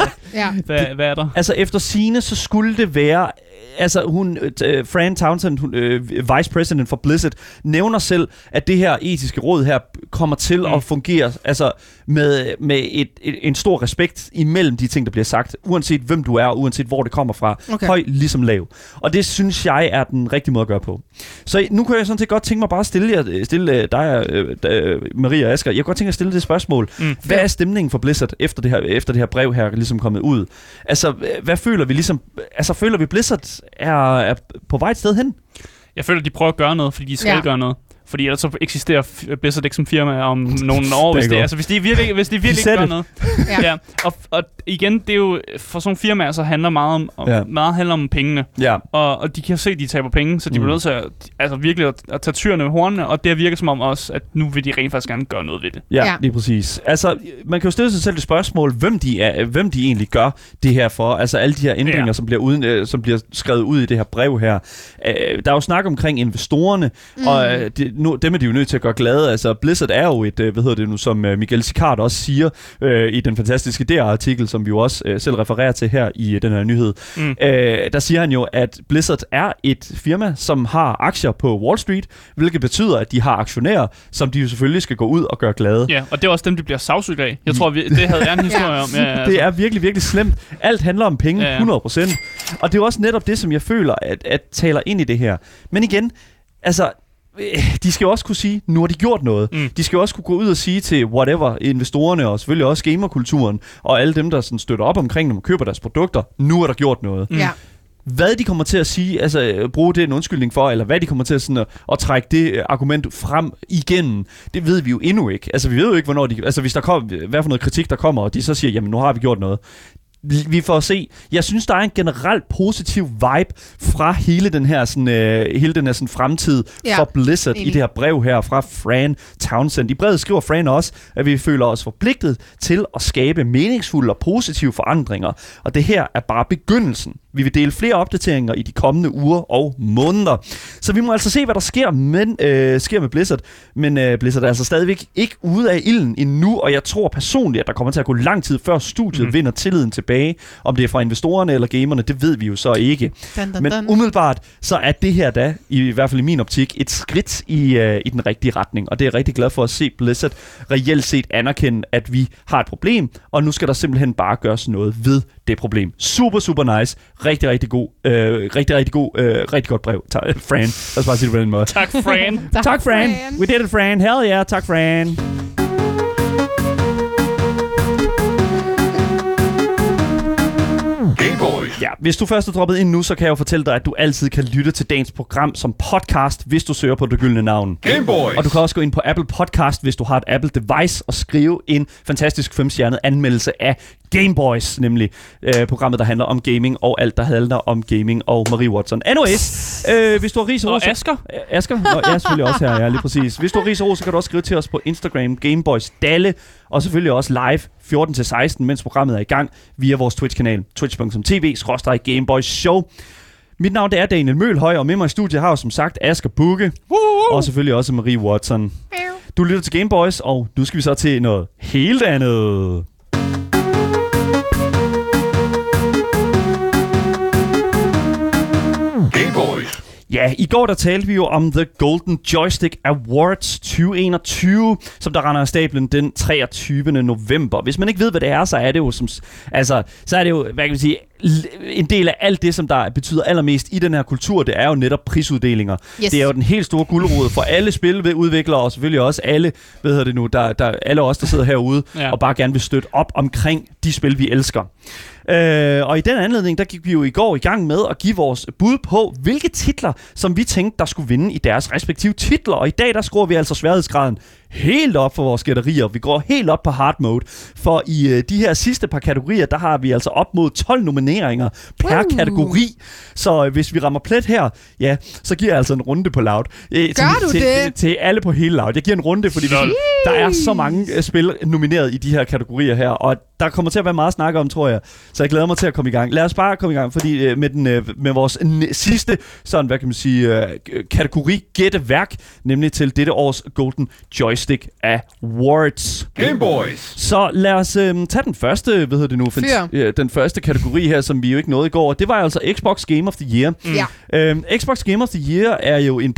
hvad er der? Altså, efter sigende, så skulle det være... Altså, Fran Townsend, vice president for Blizzard, nævner selv, at det her etiske råd her kommer til at fungere altså med en stor respekt imellem de ting, der bliver sagt, uanset hvem du er, og uanset hvor det kommer fra. Okay. Høj ligesom lav. Og det synes jeg er den rigtige måde at gøre på. Så nu kan jeg sådan set godt tænke mig bare at stille dig, Maria og Asger. Jeg kunne godt tænke mig at stille det spørgsmål. Hvad er stemningen for Blizzard efter det her brev her ligesom kommet ud? Altså, hvad føler vi ligesom... Altså, føler vi Blizzard er på vej et sted hen? Jeg føler, at de prøver at gøre noget, fordi de skal gøre noget. Fordi ellers så eksisterer Blizzard ikke som firma om nogle år, hvis de virkelig gør noget. Ja. Og igen, det er jo for sådan firmaer, så handler meget handler om pengene. Ja. Og de kan se, at de taber penge, så de bliver nødt til virkelig at tage tyrene med hornene, og det virker som om også, at nu vil de rent faktisk gerne gøre noget ved det. Ja, lige præcis. Altså, man kan jo stille sig selv det spørgsmål, hvem de egentlig gør det her for. Altså alle de her ændringer, som bliver skrevet ud i det her brev her. Der er jo snak omkring investorerne, og dem er de jo nødt til at gøre glade. Altså, Blizzard er jo et, som Miguel Sicard også siger i den fantastiske DR-artikel, som vi jo også selv refererer til her i den her nyhed. Der siger han jo, at Blizzard er et firma, som har aktier på Wall Street, hvilket betyder, at de har aktionærer, som de jo selvfølgelig skal gå ud og gøre glade. Ja, og det er også dem, de bliver sagsøgt af. Jeg tror, det havde jeg en historie om. Ja, altså. Det er virkelig, virkelig slemt. Alt handler om penge, 100%. Og det er jo også netop det, som jeg føler, at taler ind i det her. Men igen, altså... De skal jo også kunne sige, nu har de gjort noget. De skal jo også kunne gå ud og sige til whatever, investorerne og selvfølgelig også gamerkulturen, og alle dem, der sådan støtter op omkring dem og køber deres produkter, nu er der gjort noget. Ja. Hvad de kommer til at sige, altså bruge det en undskyldning for, eller hvad de kommer til sådan at trække det argument frem igennem, det ved vi jo endnu ikke. Altså vi ved jo ikke, hvornår hvis der kommer, hvad for noget kritik der kommer, og de så siger, jamen nu har vi gjort noget. Vi får se. Jeg synes, der er en generelt positiv vibe fra hele den her sådan fremtid for Blizzard i det her brev her fra Fran Townsend. I brevet skriver Fran også, at vi føler os forpligtet til at skabe meningsfulde og positive forandringer. Og det her er bare begyndelsen. Vi vil dele flere opdateringer i de kommende uger og måneder. Så vi må altså se, hvad der sker med Blizzard. Men Blizzard er altså stadigvæk ikke ude af ilden endnu, og jeg tror personligt, at der kommer til at gå lang tid, før studiet vinder tilliden tilbage. Om det er fra investorerne eller gamerne, det ved vi jo så ikke. Men umiddelbart, så er det her da, i hvert fald i min optik, et skridt i den rigtige retning. Og det er jeg rigtig glad for at se Blizzard reelt set anerkende, at vi har et problem, og nu skal der simpelthen bare gøres noget ved det problem. Super, super nice. Rigtig godt brev. Fran. Lad os bare sige det på den måde. Tak, Fran. Tak, Fran. We did it, Fran. Hell yeah. Tak, Fran. Ja, hvis du først er droppet ind nu, så kan jeg jo fortælle dig, at du altid kan lytte til dagens program som podcast, hvis du søger på det gyldne navn. Gameboys! Og du kan også gå ind på Apple Podcast, hvis du har et Apple device, og skrive en fantastisk 5-stjernet anmeldelse af Gameboys, nemlig programmet, der handler om gaming, og alt, der handler om gaming og Marie Watson. Anyways, hvis du har ris og ros... Og Asger? Asger? Nå, jeg er selvfølgelig også her, ja, lige præcis. Hvis du har ris og ros, så kan du også skrive til os på Instagram, Gameboys Dalle, og selvfølgelig også live 14-16, mens programmet er i gang, via vores Twitch-kanal, twitch.tv/Gameboys Show. Mit navn det er Daniel Mølhøj, og med mig i studiet har jeg som sagt Asger Bugge, og selvfølgelig også Marie Watson. Du lytter til Gameboys, og nu skal vi så til noget helt andet. Ja, i går der talte vi jo om The Golden Joystick Awards 2021, som der render af stablen den 23. november. Hvis man ikke ved, hvad det er, så er det jo så er det jo, hvad kan man sige, en del af alt det, som der betyder allermest i den her kultur, det er jo netop prisuddelinger. Yes. Det er jo den helt store guldrod for alle spiludviklere, og selvfølgelig også alle, alle os, der sidder herude, og bare gerne vil støtte op omkring de spil, vi elsker. Og i den anledning, der gik vi jo i går i gang med at give vores bud på, hvilke titler, som vi tænkte, der skulle vinde i deres respektive titler. Og i dag, der skruer vi altså sværhedsgraden helt op for vores gætterier. Vi går helt op på hard mode, for i de her sidste par kategorier, der har vi altså op mod 12 nomineringer per kategori. Så hvis vi rammer plet her, ja, så giver jeg altså en runde på Loud. Til alle på hele Loud. Jeg giver en runde, fordi der er så mange spil nomineret i de her kategorier her, og der kommer til at være meget at snakke om, tror jeg. Så jeg glæder mig til at komme i gang. Lad os bare komme i gang, fordi med vores sidste sådan, hvad kan man sige, kategori gætteværk, nemlig til dette års Golden Joystick Awards. Game Boys. Så lad os tage den første, den første kategori her, som vi jo ikke nåede i går. Det var altså Xbox Game of the Year. Xbox Game of the Year er jo en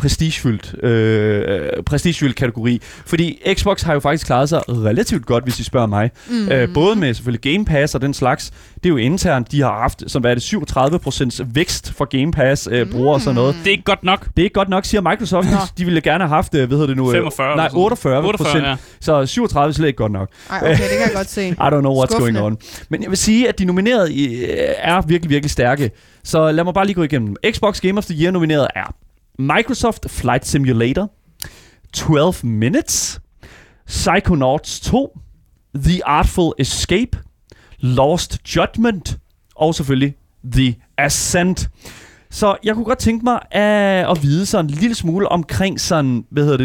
prestigefyldt kategori, fordi Xbox har jo faktisk klaret sig relativt godt, hvis I spørger mig. Både med selvfølgelig Game Pass og den slags. Det er jo internt, de har haft, som hvad er det, 37% vækst for Game Pass brugere og sådan noget. Det er ikke godt nok. Det er ikke godt nok, siger Microsoft. De ville gerne have haft, 45. Nej, 48%. Ja. Så 37 er slet ikke godt nok. Ej, okay, det kan jeg godt se. I don't know what's going on. Men jeg vil sige, at de nominerede er virkelig, virkelig stærke. Så lad mig bare lige gå igennem. Xbox Game of the Year nomineret er Microsoft Flight Simulator, 12 Minutes, Psychonauts 2, The Artful Escape, Lost Judgment og selvfølgelig The Ascent. Så jeg kunne godt tænke mig at vide sådan en lille smule omkring sådan,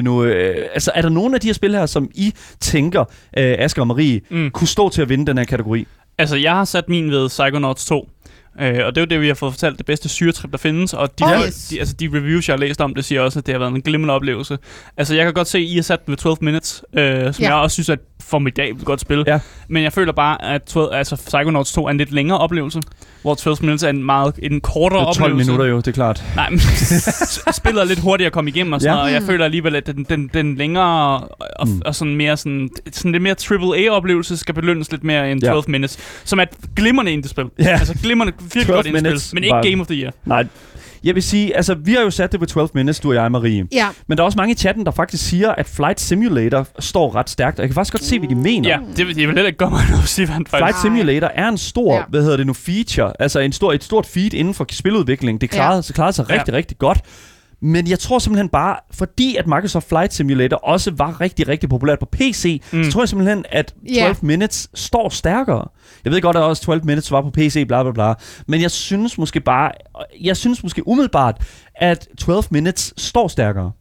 altså er der nogen af de her spil her, som I tænker, Asger og Marie, kunne stå til at vinde den her kategori? Altså jeg har sat min ved Psychonauts 2. Og det er jo det, vi har fået fortalt, det bedste syretrip, der findes. Og de reviews, jeg har læst om, det siger også, at det har været en glimrende oplevelse. Altså, jeg kan godt se, at I har sat ved 12 Minutes, som jeg også synes er et formidabelt godt spil. Ja. Men jeg føler bare, at Psychonauts 2 er en lidt længere oplevelse, hvor 12 Minutes er en kortere oplevelse. 12 minutter jo, det er klart. Nej, men spillet er lidt hurtigere at komme igennem og sådan noget, og jeg føler alligevel, at den længere og sådan mere sådan lidt mere AAA-oplevelse skal belønnes lidt mere end 12 Minutes, som er et glimrende indie-spil. Altså glimrende, virkelig godt indie-spil, men ikke Game of the Year. Nej. Jeg vil sige, altså vi har jo sat det ved 12 Minutes, du og jeg, Marie. Ja. Men der er også mange i chatten, der faktisk siger, at Flight Simulator står ret stærkt. Og jeg kan faktisk godt se, hvad de mener. Ja, det vil heller ikke gøre mig noget at sige, hvad Flight Simulator er en stor, feature. Altså et stort feed inden for spiludvikling. Det klarede sig rigtig, rigtig godt. Men jeg tror simpelthen bare, fordi at Microsoft Flight Simulator også var rigtig, rigtig populært på PC, så tror jeg simpelthen, at 12 Minutes står stærkere. Jeg ved godt, at også 12 Minutes var på PC, bla bla bla. Men jeg synes måske umiddelbart, at 12 Minutes står stærkere.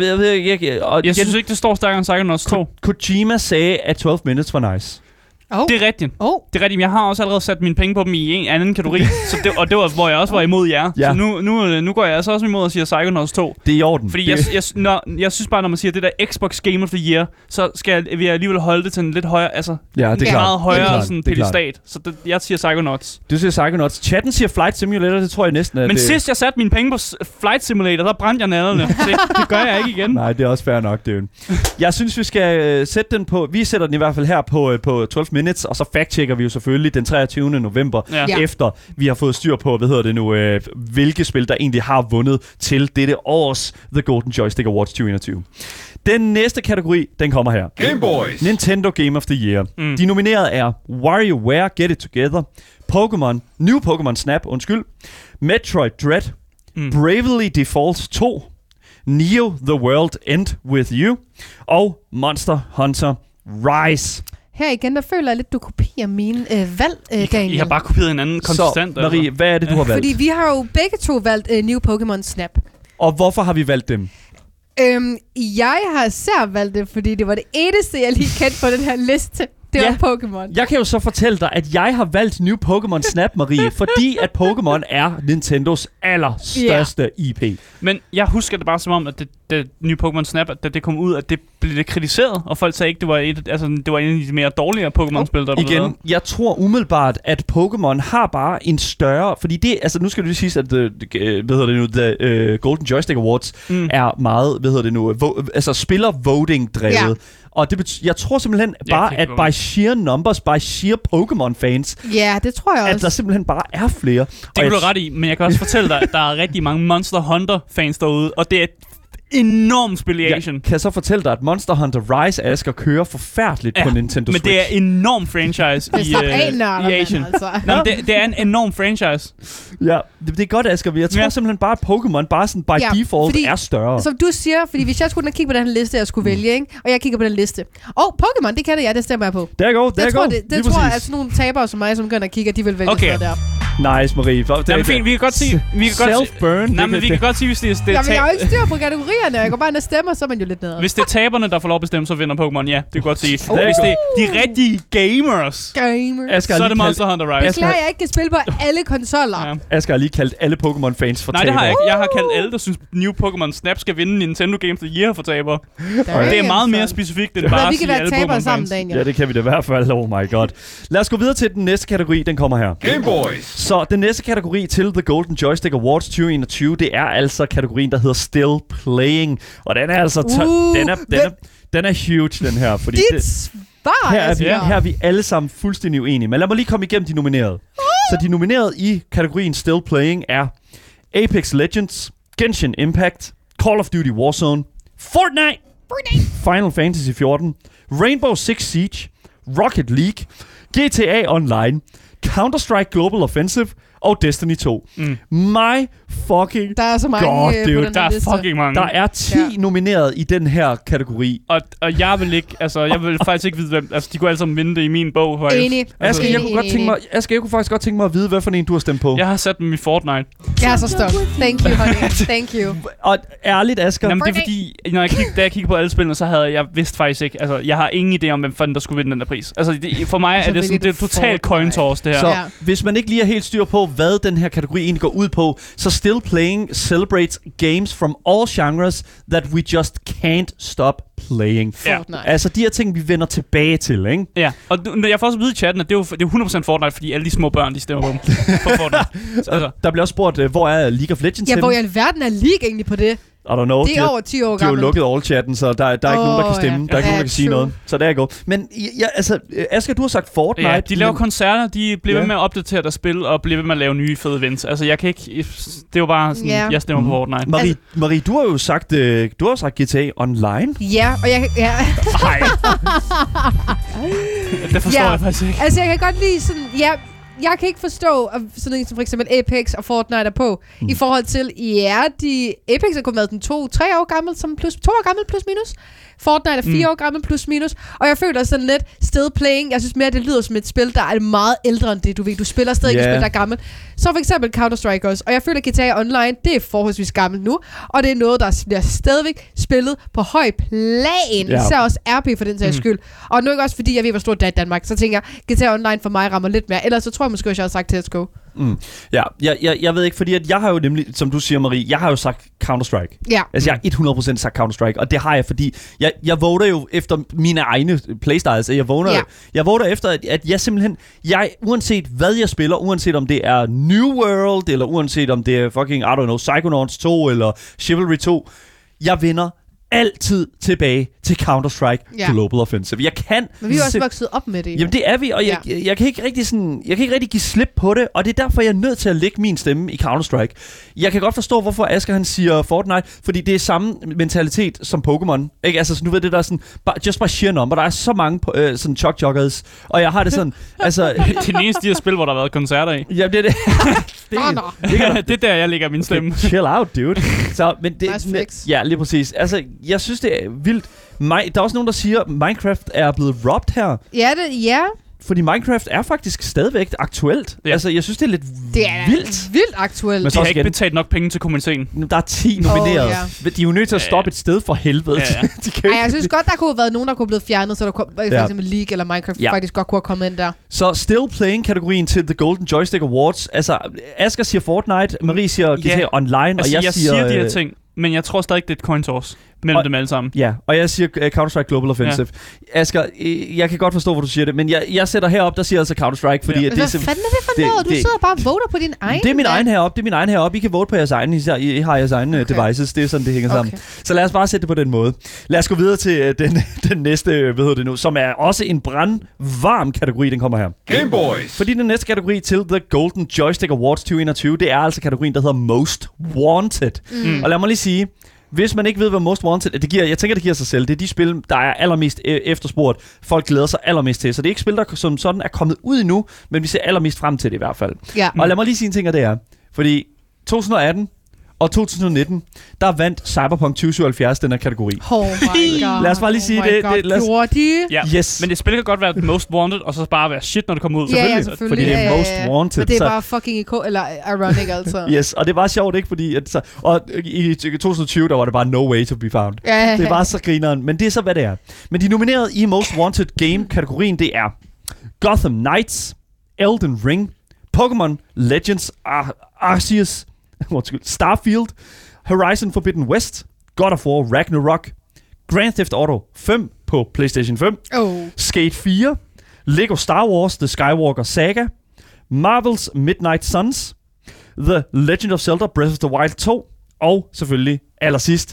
Jeg synes ikke, det står stærkere end Psychonauts 2. Kojima sagde, at 12 Minutes var nice. Det er rigtigt. Det er rigtigt. Jeg har også allerede sat mine penge på dem i en anden kategori. Og det var, hvor jeg også var imod jer. Ja. Så nu går jeg altså også imod og siger Psychonauts 2. Det er i orden. Fordi jeg synes bare, når man siger det der Xbox Game of the Year, så vil jeg alligevel holde det til en lidt højere, altså det er meget højere sådan pedestat. Så jeg siger Psychonauts. Du siger Psychonauts. Chatten siger Flight Simulator, det tror jeg næsten. Men sidst jeg satte mine penge på Flight Simulator, der brændte jeg nallerne. Det gør jeg ikke igen. Nej, det er også fair nok, det. Jeg synes, vi skal sætte den på. Vi sætter den i hvert fald her på 12 Minutes, og så fact-checker vi jo selvfølgelig den 23. november, efter vi har fået styr på, hvilke spil, der egentlig har vundet til dette års The Golden Joystick Awards 2021. Den næste kategori, den kommer her. Game Boys. Nintendo Game of the Year. De nominerede er WarioWare Get It Together, New Pokémon Snap, Metroid Dread, Bravely Default 2, Neo The World End With You, og Monster Hunter Rise. Her igen, der føler jeg lidt, du kopierer mine valg, Daniel. I har bare kopieret en anden konsistent. Så, Marie, hvad er det, du har valgt? Fordi vi har jo begge to valgt New Pokémon Snap. Og hvorfor har vi valgt dem? Jeg har især valgt det, fordi det var det eneste, jeg lige kendte på den her liste. Det var Pokémon. Jeg kan jo så fortælle dig, at jeg har valgt New Pokémon Snap, Marie, fordi at Pokémon er Nintendos allerstørste IP. Men jeg husker det bare som om, at det nye Pokémon Snap, da det kom ud, at det blev lidt kritiseret, og folk sagde ikke, det var en af de mere dårligere Pokémon-spil, der blev lavet. Jeg tror umiddelbart, at Pokémon har bare en større... Fordi det, altså nu skal du lige sige, at The Golden Joystick Awards er meget, spiller-voting-drevet. Ja. Og jeg tror simpelthen bare, at by sheer numbers, by sheer Pokémon-fans... Ja, det tror jeg også. At der simpelthen bare er flere. Det kan du ret i, men jeg kan også fortælle dig, at der er rigtig mange Monster Hunter-fans derude, og det er enorm spiliation. Jeg kan så fortælle dig, at Monster Hunter Rise, Asger, kører forfærdeligt på Nintendo Switch. Men det er enorm franchise i Asien. Altså. Nå, det er en enorm franchise. Ja, det er godt, Asger. Jeg tror simpelthen bare, at Pokémon bare sådan by default er større. Som du siger, fordi hvis jeg skulle kigge på den her liste, jeg skulle vælge, ikke? Og jeg kigger på den liste. Pokémon, det kender jeg, det stemmer jeg på. Det tror jeg, at sådan nogle tabere som mig, som går ind og kigger, de vil vælge sådan der. Nice, Marie. Jamen fint, vi kan godt sige... Self-burn. Nej, men vi kan godt sige, hvis det er... Jamen, jeg har jo ikke styr på kategorierne. Jeg går bare ind og stemmer, så er man jo lidt nede. Hvis det er taberne, der får lov at bestemme, så vinder Pokémon. Ja, det kan godt sige. Hvis det er de rigtige gamers, så er det Monster Hunter Rise. Beklager, jeg ikke kan spille på alle konsoller. Ja. Asger har lige kaldt alle Pokémon-fans for tabere. Nej, det har jeg ikke. Jeg har kaldt alle, der synes, New Pokémon Snap skal vinde Nintendo Games of the Year for tabere. Det er meget mere specifikt, end bare at sige alle Pokémon-fans. Ja, det kan vi da i hvert fald. Oh my god. Lad os gå videre til den næste kategori. Den kommer her. Game Boys. Så den næste kategori til The Golden Joystick Awards 2021, det er altså kategorien, der hedder Still Playing. Og den er altså... Den er huge, den her. Fordi her er vi alle sammen fuldstændig uenige. Men lad mig lige komme igennem de nominerede. Så de nominerede i kategorien Still Playing er Apex Legends, Genshin Impact, Call of Duty Warzone, Fortnite, Final Fantasy 14, Rainbow Six Siege, Rocket League, GTA Online, Counter-Strike Global Offensive og Destiny 2. My fucking der er så mange god, dude. Der er fucking mange. Der er 10 nomineret i den her kategori. Og jeg vil ikke, jeg vil faktisk ikke vide, hvem, de kunne alle sammen vinde det i min bog. Enig. Asger, jeg kunne faktisk godt tænke mig at vide, hvad for en du har stemt på. Jeg har sat dem i Fortnite. Jeg er så stolt. Thank you, honey. Thank you. Og ærligt, Asger. Jamen, det er fordi, da jeg kiggede på alle spillene, så havde jeg vidst faktisk ikke, jeg har ingen idé om, hvem fanden der skulle vinde den der pris. For mig er det sådan, det er totalt coin toss, det her. Så hvis man ikke lige er helt styr på, hvad den her kategori egentlig går ud på, så Still Playing celebrates games from all genres that we just can't stop playing. Altså de her ting, vi vender tilbage til, ikke? Ja, og jeg får også vide i chatten, at det er 100% Fortnite, fordi alle de små børn, de stemmer på dem. For Fortnite. Der bliver også spurgt, hvor er League of Legends? Ja, hvor i alverden er League egentlig på det? I don't know. Det er over 10 år gammelt. De har jo lukket all-chatten, så der er ikke nogen, der kan stemme. Der er ikke nogen, der kan sige noget. Så det er godt. Men Asger, du har sagt Fortnite. Ja, de laver koncerter, de bliver ved med at opdatere deres spil, og bliver ved med at lave nye fede events. Jeg kan ikke... Det er jo bare sådan, jeg stemmer på Fortnite. Marie, du har jo sagt, GTA Online. Ja, og jeg... Ja. Nej. Det forstår jeg faktisk ikke. Jeg kan godt lide sådan... Ja, jeg kan ikke forstå, at sådan noget som for eksempel Apex og Fortnite er på, i forhold til, Apex er kun været den 2-3 år gammel, 2 år gammel plus minus. Fortnite er 4 år gammel plus minus. Og jeg føler sådan lidt Still Playing. Jeg synes mere, det lyder som et spil, der er meget ældre end det, du ved. Du spiller stadig et spil, der er gammelt. Så for eksempel Counter-Strike også. Og jeg føler, at GTA Online, det er forholdsvis gammelt nu. Og det er noget, der bliver stadigvæk spillet på høj plan. Især også RP for den sags skyld. Og nu ikke også, fordi jeg ved, hvor stort det er i Danmark. Så tænker jeg, GTA Online for mig rammer lidt mere. Ellers så tror jeg måske, at jeg har sagt Let's Go. Ja, jeg ved ikke, fordi at jeg har jo nemlig, som du siger, Marie, jeg har jo sagt Counter-Strike. Ja. Jeg har 100% sagt Counter-Strike, og det har jeg, fordi jeg voter jo efter mine egne playstyles. Jeg voter efter, at jeg simpelthen, uanset hvad jeg spiller, uanset om det er New World, eller uanset om det er fucking, I don't know, Psychonauts 2, eller Chivalry 2, jeg vinder altid tilbage til Counter-Strike Global Offensive. Men vi er også vokset op med det. Jamen det er vi, og jeg kan ikke rigtig give slip på det, og det er derfor, jeg er nødt til at lægge min stemme i Counter-Strike. Jeg kan godt forstå, hvorfor Asger han siger Fortnite, fordi det er samme mentalitet som Pokémon. Ikke? Altså, så nu ved det der sådan, just by sheer number, der er så mange sådan chuck-joggers, og jeg har det sådan, altså... Det er den eneste de her spil, hvor der har været koncerter i. Jamen det er det. Det er der, jeg lægger min stemme. Chill out, dude. Så, men det, nice flex. Ja, lige præcis. Altså, jeg synes, det er vildt. Der er også nogen, der siger, at Minecraft er blevet robbed her. Ja, Fordi Minecraft er faktisk stadigvæk aktuelt. Ja. Altså, jeg synes, det er lidt vildt aktuelt. Men de har ikke betalt nok penge til kommenteringen. Der er 10 nomineret. De er jo nødt til at stoppe et sted for helvede. Ja. Jeg synes godt, der kunne have været nogen, der kunne have blevet fjernet, så der for eksempel League eller Minecraft faktisk godt kunne have kommet ind der. Så Still Playing-kategorien til The Golden Joystick Awards. Altså, Asger siger Fortnite, Marie siger GTA Online, altså, og jeg siger de her ting. Men jeg tror stadig, det er et coin toss mellem dem alle sammen. Ja, og jeg siger Counter-Strike Global Offensive. Ja. Asger, jeg kan godt forstå, hvor du siger det, men jeg sætter herop, der siger altså Counter-Strike, fordi... Hvad fanden er det for noget? Du sidder bare og voter på din egen... Det er min egen heroppe. I kan vote på jeres egen. I har jeres egne devices. Det er sådan, det hænger sammen. Så lad os bare sætte det på den måde. Lad os gå videre til den næste, som er også en brandvarm kategori, den kommer her. Game Boys. Fordi den næste kategori til The Golden Joystick Awards 2021, det er altså kategorien, der hedder Most Wanted. Og lad mig lige sige, hvis man ikke ved, hvad Most Wanted jeg tænker, det giver sig selv. Det er de spil, der er allermest efterspurgt. Folk glæder sig allermest til. Så det er ikke spil, der som sådan er kommet ud endnu, men vi ser allermest frem til det i hvert fald. Ja. Og lad mig lige sige en ting af det her. Fordi 2018 og 2019, der vandt Cyberpunk 2077 den her kategori. Oh my god. Lad os bare lige sige det. Gjorde de? Ja. Yes. Men det spil kan godt være Most Wanted, og så bare være shit, når det kommer ud. Ja, selvfølgelig. Fordi det er Most Wanted. Men det er bare fucking ironic, altså. Yes, og det var sjovt, ikke? Fordi og i 2020, der var det bare no way to be found. Ja. Det var så grineren, men det er så, hvad det er. Men de nominerede i Most Wanted Game-kategorien, det er Gotham Knights, Elden Ring, Pokémon Legends Arceus, Starfield, Horizon Forbidden West, God of War Ragnarok, Grand Theft Auto 5 på PlayStation 5, Skate 4, Lego Star Wars The Skywalker Saga, Marvel's Midnight Suns, The Legend of Zelda Breath of the Wild 2, og selvfølgelig allersidst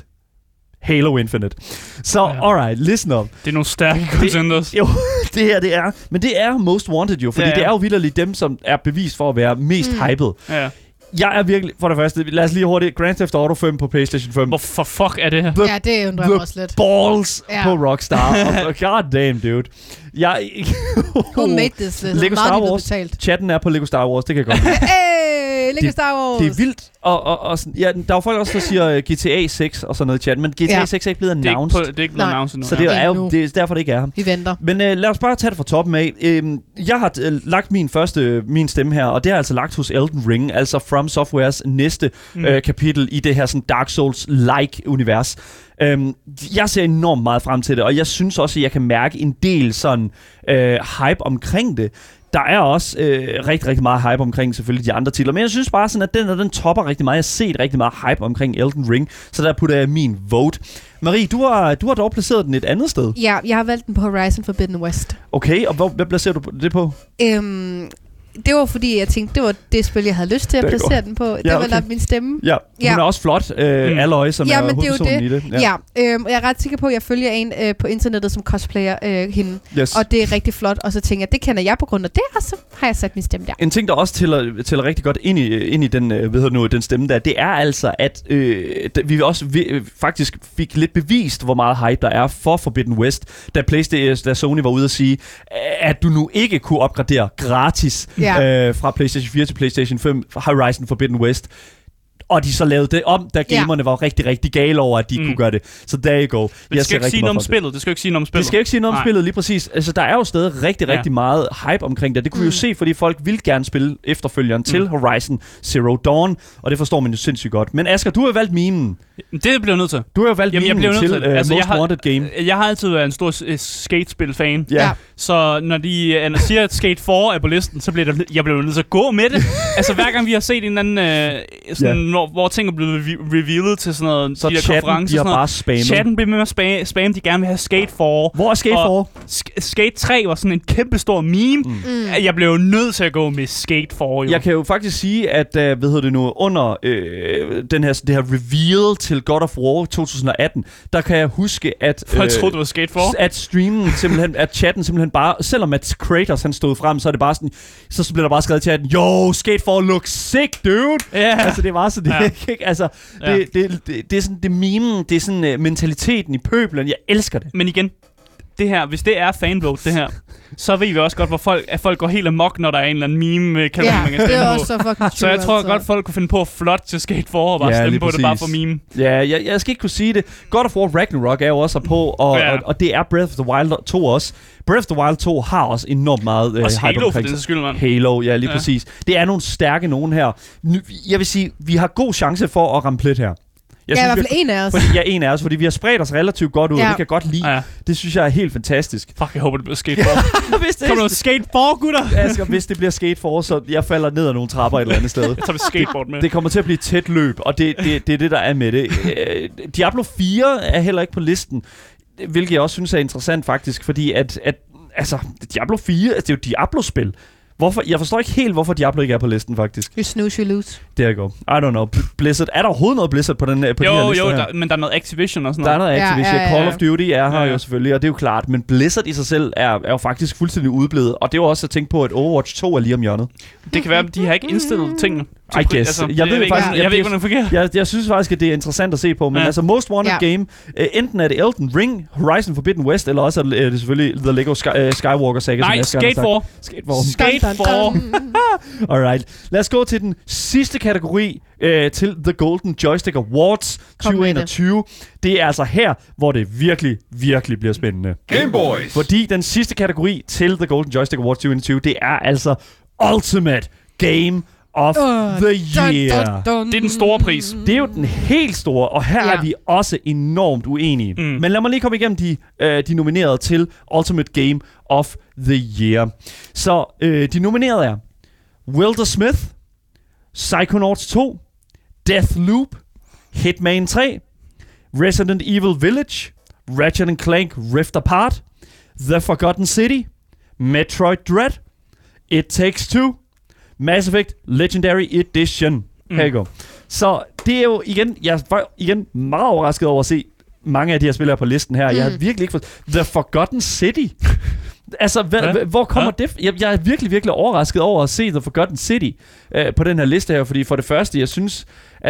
Halo Infinite. Så alright, listen up. Det er nogle stærke contenders. Jo, det her det er. Men det er Most Wanted jo, fordi det er jo vitterligt dem, som er bevist for at være mest hyped. Ja. Jeg er virkelig, for det første, lad os lige hurtigt, Grand Theft Auto 5 på PlayStation 5. Hvorfor fuck er det her? Ja, det undrer mig også lidt. Balls på Rockstar. God damn, dude. Who made this? Lego Star Wars. Chatten er på Lego Star Wars, det kan jeg godt. Hey, Lego Star Wars. Det er vildt. Og ja, der er jo folk også, der siger GTA 6 og sådan noget i chatten, men GTA 6 er ikke blevet announced. Det er ikke blevet announced endnu. Så det er jo det er derfor, det ikke er her. Vi venter. Men lad os bare tage det fra toppen af. Jeg har lagt min stemme her, og det er altså lagt hos Elden Ring, altså From Softwares næste kapitel i det her sådan Dark Souls-like univers. Jeg ser enormt meget frem til det, og jeg synes også, at jeg kan mærke en del sådan hype omkring det. Der er også rigtig, rigtig meget hype omkring selvfølgelig de andre titler, men jeg synes bare sådan, at den topper rigtig meget. Jeg har set rigtig meget hype omkring Elden Ring, så der putter jeg min vote. Marie, du har dog placeret den et andet sted. Ja, jeg har valgt den på Horizon Forbidden West. Okay, og hvad placerer du det på? Det var fordi, jeg tænkte, det var det spil, jeg havde lyst til at placere den på. Det var der min stemme. Ja, hun er også flot. Aloy, som er hovedpersonen i det. Ja, og jeg er ret sikker på, at jeg følger en på internettet, som cosplayer hende. Yes. Og det er rigtig flot. Og så tænker jeg, det kender jeg på grund af det, og så har jeg sat min stemme der. En ting, der også tæller rigtig godt ind i den, den stemme der, det er altså, at vi også faktisk fik lidt bevist, hvor meget hype der er for Forbidden West, da Sony var ude at sige, at du nu ikke kunne opgradere gratis fra PlayStation 4 til PlayStation 5, Horizon Forbidden West. Og de så lavede det om, da gamerne var rigtig, rigtig gale over, at de kunne gøre det. Så there you go. Men det skal ikke sige noget om spillet. Det skal ikke sige noget om spillet. Det skal ikke sige noget om spillet, lige præcis. Altså, der er jo stadig rigtig, rigtig meget hype omkring det. Det kunne vi jo se, fordi folk vil gerne spille efterfølgeren til Horizon Zero Dawn. Og det forstår man jo sindssygt godt. Men Asger, du har valgt mimen. Det bliver jeg nødt til. Du har jo valgt mimen til Most Wanted Game. Jeg har altid været en stor skatespil-fan. Ja. Så når de siger, at Skate 4 er på listen, så bliver jeg nødt til at gå med det. Altså, hver gang vi har set en anden hvor ting er blevet revealet til sådan noget, så de der konferencer, de har bare spammet. Chatten bliver med at spamme, de gerne vil have Skate 4. Hvor er Skate 4? Skate 3 var sådan en kæmpe stor meme. Jeg blev jo nødt til at gå med Skate 4. Jo. Jeg kan jo faktisk sige, at under det her reveal til God of War 2018, der kan jeg huske, at jeg troede, det var Skate 4. At streamen simpelthen, at chatten simpelthen bare, selvom at Kratos han stod frem, så er det bare sådan, så bliver der bare skrevet i chatten, yo, Skate 4 looks sick, dude. Altså det var så det ikke? Altså det er sådan det meme, det er sådan mentaliteten i pøblen. Jeg elsker det. Men igen, det her, hvis det er fanvote, det her, så ved vi også godt, hvor folk går helt amok, når der er en eller anden meme, kan man det er også så fucking true. Så jeg tror godt, folk kunne finde på at flot til Skate 4 og bare stemme på det bare for meme. Ja, jeg skal ikke kunne sige det. God of War Ragnarok er jo også på, og det er Breath of the Wild 2 også. Breath of the Wild 2 har også enormt meget også Halo for den skyld, mand. Halo, ja, lige præcis. Det er nogle stærke nogen her. Jeg vil sige, vi har god chance for at ramme plet her. I hvert fald en af os. En af os, fordi vi har spredt os relativt godt ud, og det kan jeg godt lide. Ja. Det synes jeg er helt fantastisk. Fuck, jeg håber, det bliver Skate 4. Kommer der Skate 4, gutter? Asger, hvis det bliver Skate 4, så jeg falder ned ad nogle trapper et eller andet sted. Jeg tager skateboard med. Det kommer til at blive tæt løb, og det er det, der er med det. Diablo 4 er heller ikke på listen, hvilket jeg også synes er interessant faktisk, fordi at Diablo 4, det er jo Diablo-spil. Jeg forstår ikke helt, hvorfor Diablo ikke er på listen, faktisk. You snooze, you lose. Der går. I don't know. Blizzard. Er der overhovedet noget Blizzard på de her lister her? Men der er noget Activision og sådan noget. Der er noget Activision. Ja. Call of Duty er her jo selvfølgelig, og det er jo klart. Men Blizzard i sig selv er jo faktisk fuldstændig udblevet. Og det er jo også at tænke på, at Overwatch 2 er lige om hjørnet. Det kan være, at de har ikke indstillet tingene. I guess. Jeg ved ikke, hvordan det fungerer. Jeg synes faktisk, at det er interessant at se på. Men altså, Most Wanted Game, enten er det Elden Ring, Horizon Forbidden West, eller også er det selvfølgelig The Lego Skywalker Saga. Nej, Skate 4. Skate 4. Alright. Lad os gå til den sidste kategori til The Golden Joystick Awards 2021. Det er altså her, hvor det virkelig, virkelig bliver spændende. Game Boys. Fordi den sidste kategori til The Golden Joystick Awards 2021, det er altså Ultimate Game of the Year. Det er den store pris. Det er jo den helt store, og her er vi også enormt uenige. Men lad mig lige komme igennem de nominerede til Ultimate Game of the Year. Så de nominerede er Wilder Smith, Psychonauts 2, Deathloop, Hitman 3, Resident Evil Village, Ratchet & Clank Rift Apart, The Forgotten City, Metroid Dread, It Takes Two, Mass Effect Legendary Edition. Her you go. Så det er jo jeg er meget overrasket over at se mange af de her spillere på listen her. Jeg har virkelig ikke fået The Forgotten City. Altså, hvor kommer det? Jeg er virkelig, virkelig overrasket over at se The Forgotten City på den her liste her, fordi for det første, jeg synes,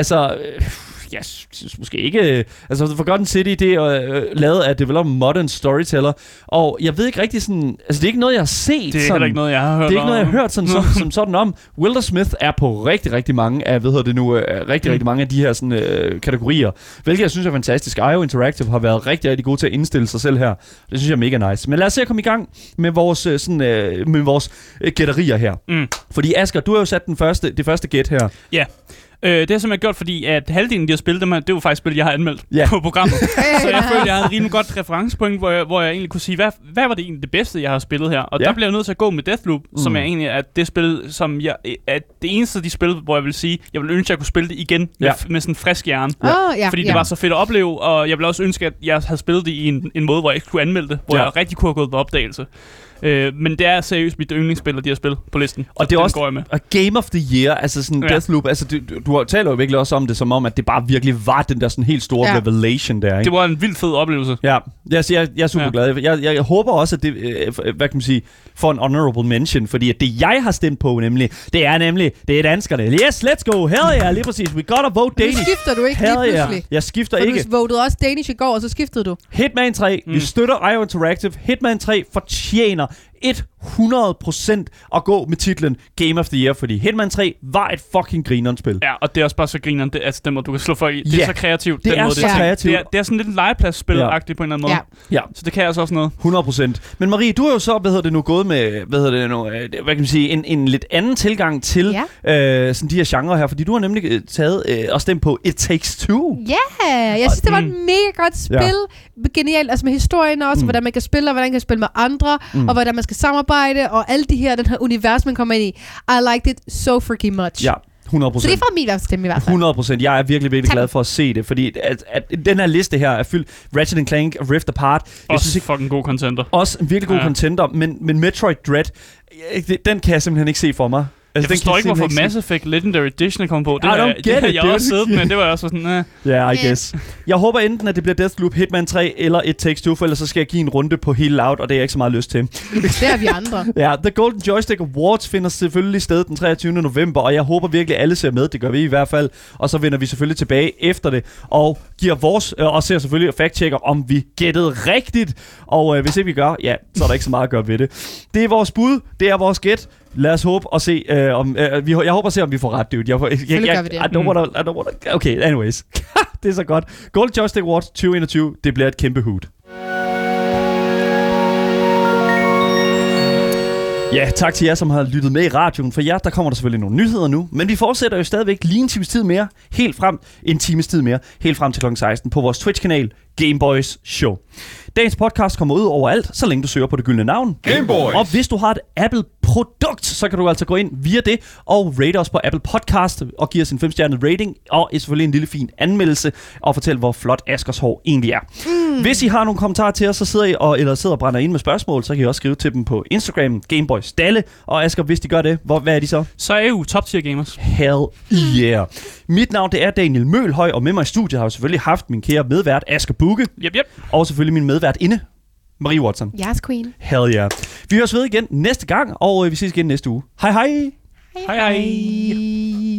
jeg synes måske ikke... Altså, The Forgotten City, det er lavet af Developer Modern Storyteller, og jeg ved ikke rigtig sådan... Altså, det er ikke noget, jeg har set. Det er heller ikke noget, jeg har hørt. Det er ikke noget, jeg har hørt som sådan om. Wilder Smith er på rigtig, rigtig mange af, rigtig mange af de her sådan, kategorier, hvilket jeg synes er fantastisk. IO Interactive har været rigtig, rigtig gode til at indstille sig selv her. Det synes jeg er mega nice. Men lad os se at komme i gang med vores gætterier her. Fordi Asger, du har jo sat det første gæt her. Ja. Det har simpelthen gjort, fordi at halvdelen af de har spillet dem her, det var faktisk spil, jeg har anmeldt på programmet. Så jeg følte, jeg havde et rimelig godt referencepoint, hvor jeg egentlig kunne sige, hvad var det egentlig det bedste, jeg har spillet her? Og der blev jeg nødt til at gå med Deathloop, som er egentlig er det spil, som er det eneste af de spil, hvor jeg vil sige, jeg vil ønske, at jeg kunne spille det igen med sådan en frisk hjerne. Fordi det var så fedt at opleve, og jeg ville også ønske, at jeg havde spillet det i en måde, hvor jeg ikke kunne anmelde det, hvor jeg rigtig kunne have gået på opdagelse. Men det er seriøst mit yndlingsspil af de her spil på listen. Og det er også Game of the Year, altså sådan Deathloop. Altså du taler jo virkelig også om det som om, at det bare virkelig var den der sådan helt store revelation der, ikke? Det var en vildt fed oplevelse. Ja, jeg er super glad. Jeg håber også, at det, hvad kan man sige, får en honorable mention, fordi at det jeg har stemt på nemlig, det er danskerne. Yes, let's go. Hell yeah, lige præcis. We gotta vote Danish. Nu skifter du ikke lige pludselig. Jeg skifter ikke. For du votede også Danish i går, og så skiftede du. Hitman 3. Vi støtter IO Interactive. Hitman 3 fortjener 100% at gå med titlen Game of the Year, fordi Hitman 3 var et fucking grineren-spil. Ja, og det er også bare så grineren, altså den måde, du kan slå folk i. Det er så kreativt. Det er så kreativt. Det er sådan lidt en legepladsspil-agtigt på en eller anden måde. Ja. Så det kan altså også noget. 100%. Men Marie, du har jo så, gået med, hvad kan man sige, en lidt anden tilgang til sådan de her genrer her, fordi du har nemlig taget og stemt på It Takes Two. Ja, jeg synes, det var et mega godt spil. Genialt, altså med historien også, hvordan man kan spille, og hvordan man kan spille med andre, og hvordan man skal samarbejde, og alle de her, den her univers, man kommer ind i. I liked it so freaking much. Ja. 100%. Så det får min stemme i hvert fald. 100%. Jeg er virkelig, virkelig glad for at se det, fordi at den her liste her er fyldt Ratchet & Clank og Rift Apart. Jeg synes ikke fucking god contender. Også en virkelig god contender, men Metroid Dread, den kan jeg simpelthen ikke se for mig. Jeg forstår ikke, hvorfor Mass Effect Legendary Edition er kommet på. Det har jeg også siddet med. Det var også sådan... Ja, I guess. Jeg håber enten, at det bliver Deathloop, Hitman 3 eller It Takes Two, for ellers så skal jeg give en runde på Heal Out, og det er jeg ikke så meget lyst til. Det er vi andre. Ja, The Golden Joystick Awards finder selvfølgelig sted den 23. november, og jeg håber virkelig, at alle ser med. Det gør vi i hvert fald. Og så vender vi selvfølgelig tilbage efter det, og giver vores, og ser selvfølgelig fact-checker, om vi gættede rigtigt. Og hvis ikke vi gør, ja, så er der ikke så meget at gøre ved det. Det er vores bud, det er vores gæt. Lad os håbe og se, jeg håber at se, om vi får ret, dude. I don't wanna, okay, anyways. Det er så godt. Golden Joystick Awards 2021, det bliver et kæmpe hoot. Ja, tak til jer, som har lyttet med i radioen. For jer, der kommer der selvfølgelig nogle nyheder nu. Men vi fortsætter jo stadigvæk lige en times tid mere, helt frem til kl. 16 på vores Twitch-kanal Gameboys Show. Dagens podcast kommer ud overalt, så længe du søger på det gyldne navn Gameboys. Og hvis du har et Apple-produkt, så kan du altså gå ind via det og rate os på Apple Podcast og give os en 5-stjernet rating og selvfølgelig en lille fin anmeldelse og fortælle, hvor flot Askers hår egentlig er. Hvis I har nogle kommentarer til os, så sidder I sidder og brænder ind med spørgsmål, så kan I også skrive til dem på Instagram, Gameboys Dalle. Og Asger, hvis de gør det, hvad er de så? Så er I jo top tier gamers. Hell yeah. Mit navn, det er Daniel Mølhøj, og med mig i studiet har jeg selvfølgelig haft min kære medvært Asger Bugge. Yep. Og selvfølgelig min medvært inde, Marie Watson. Yes, queen. Hell yeah. Vi høres ved igen næste gang, og vi ses igen næste uge. Hej hej. Hej hej.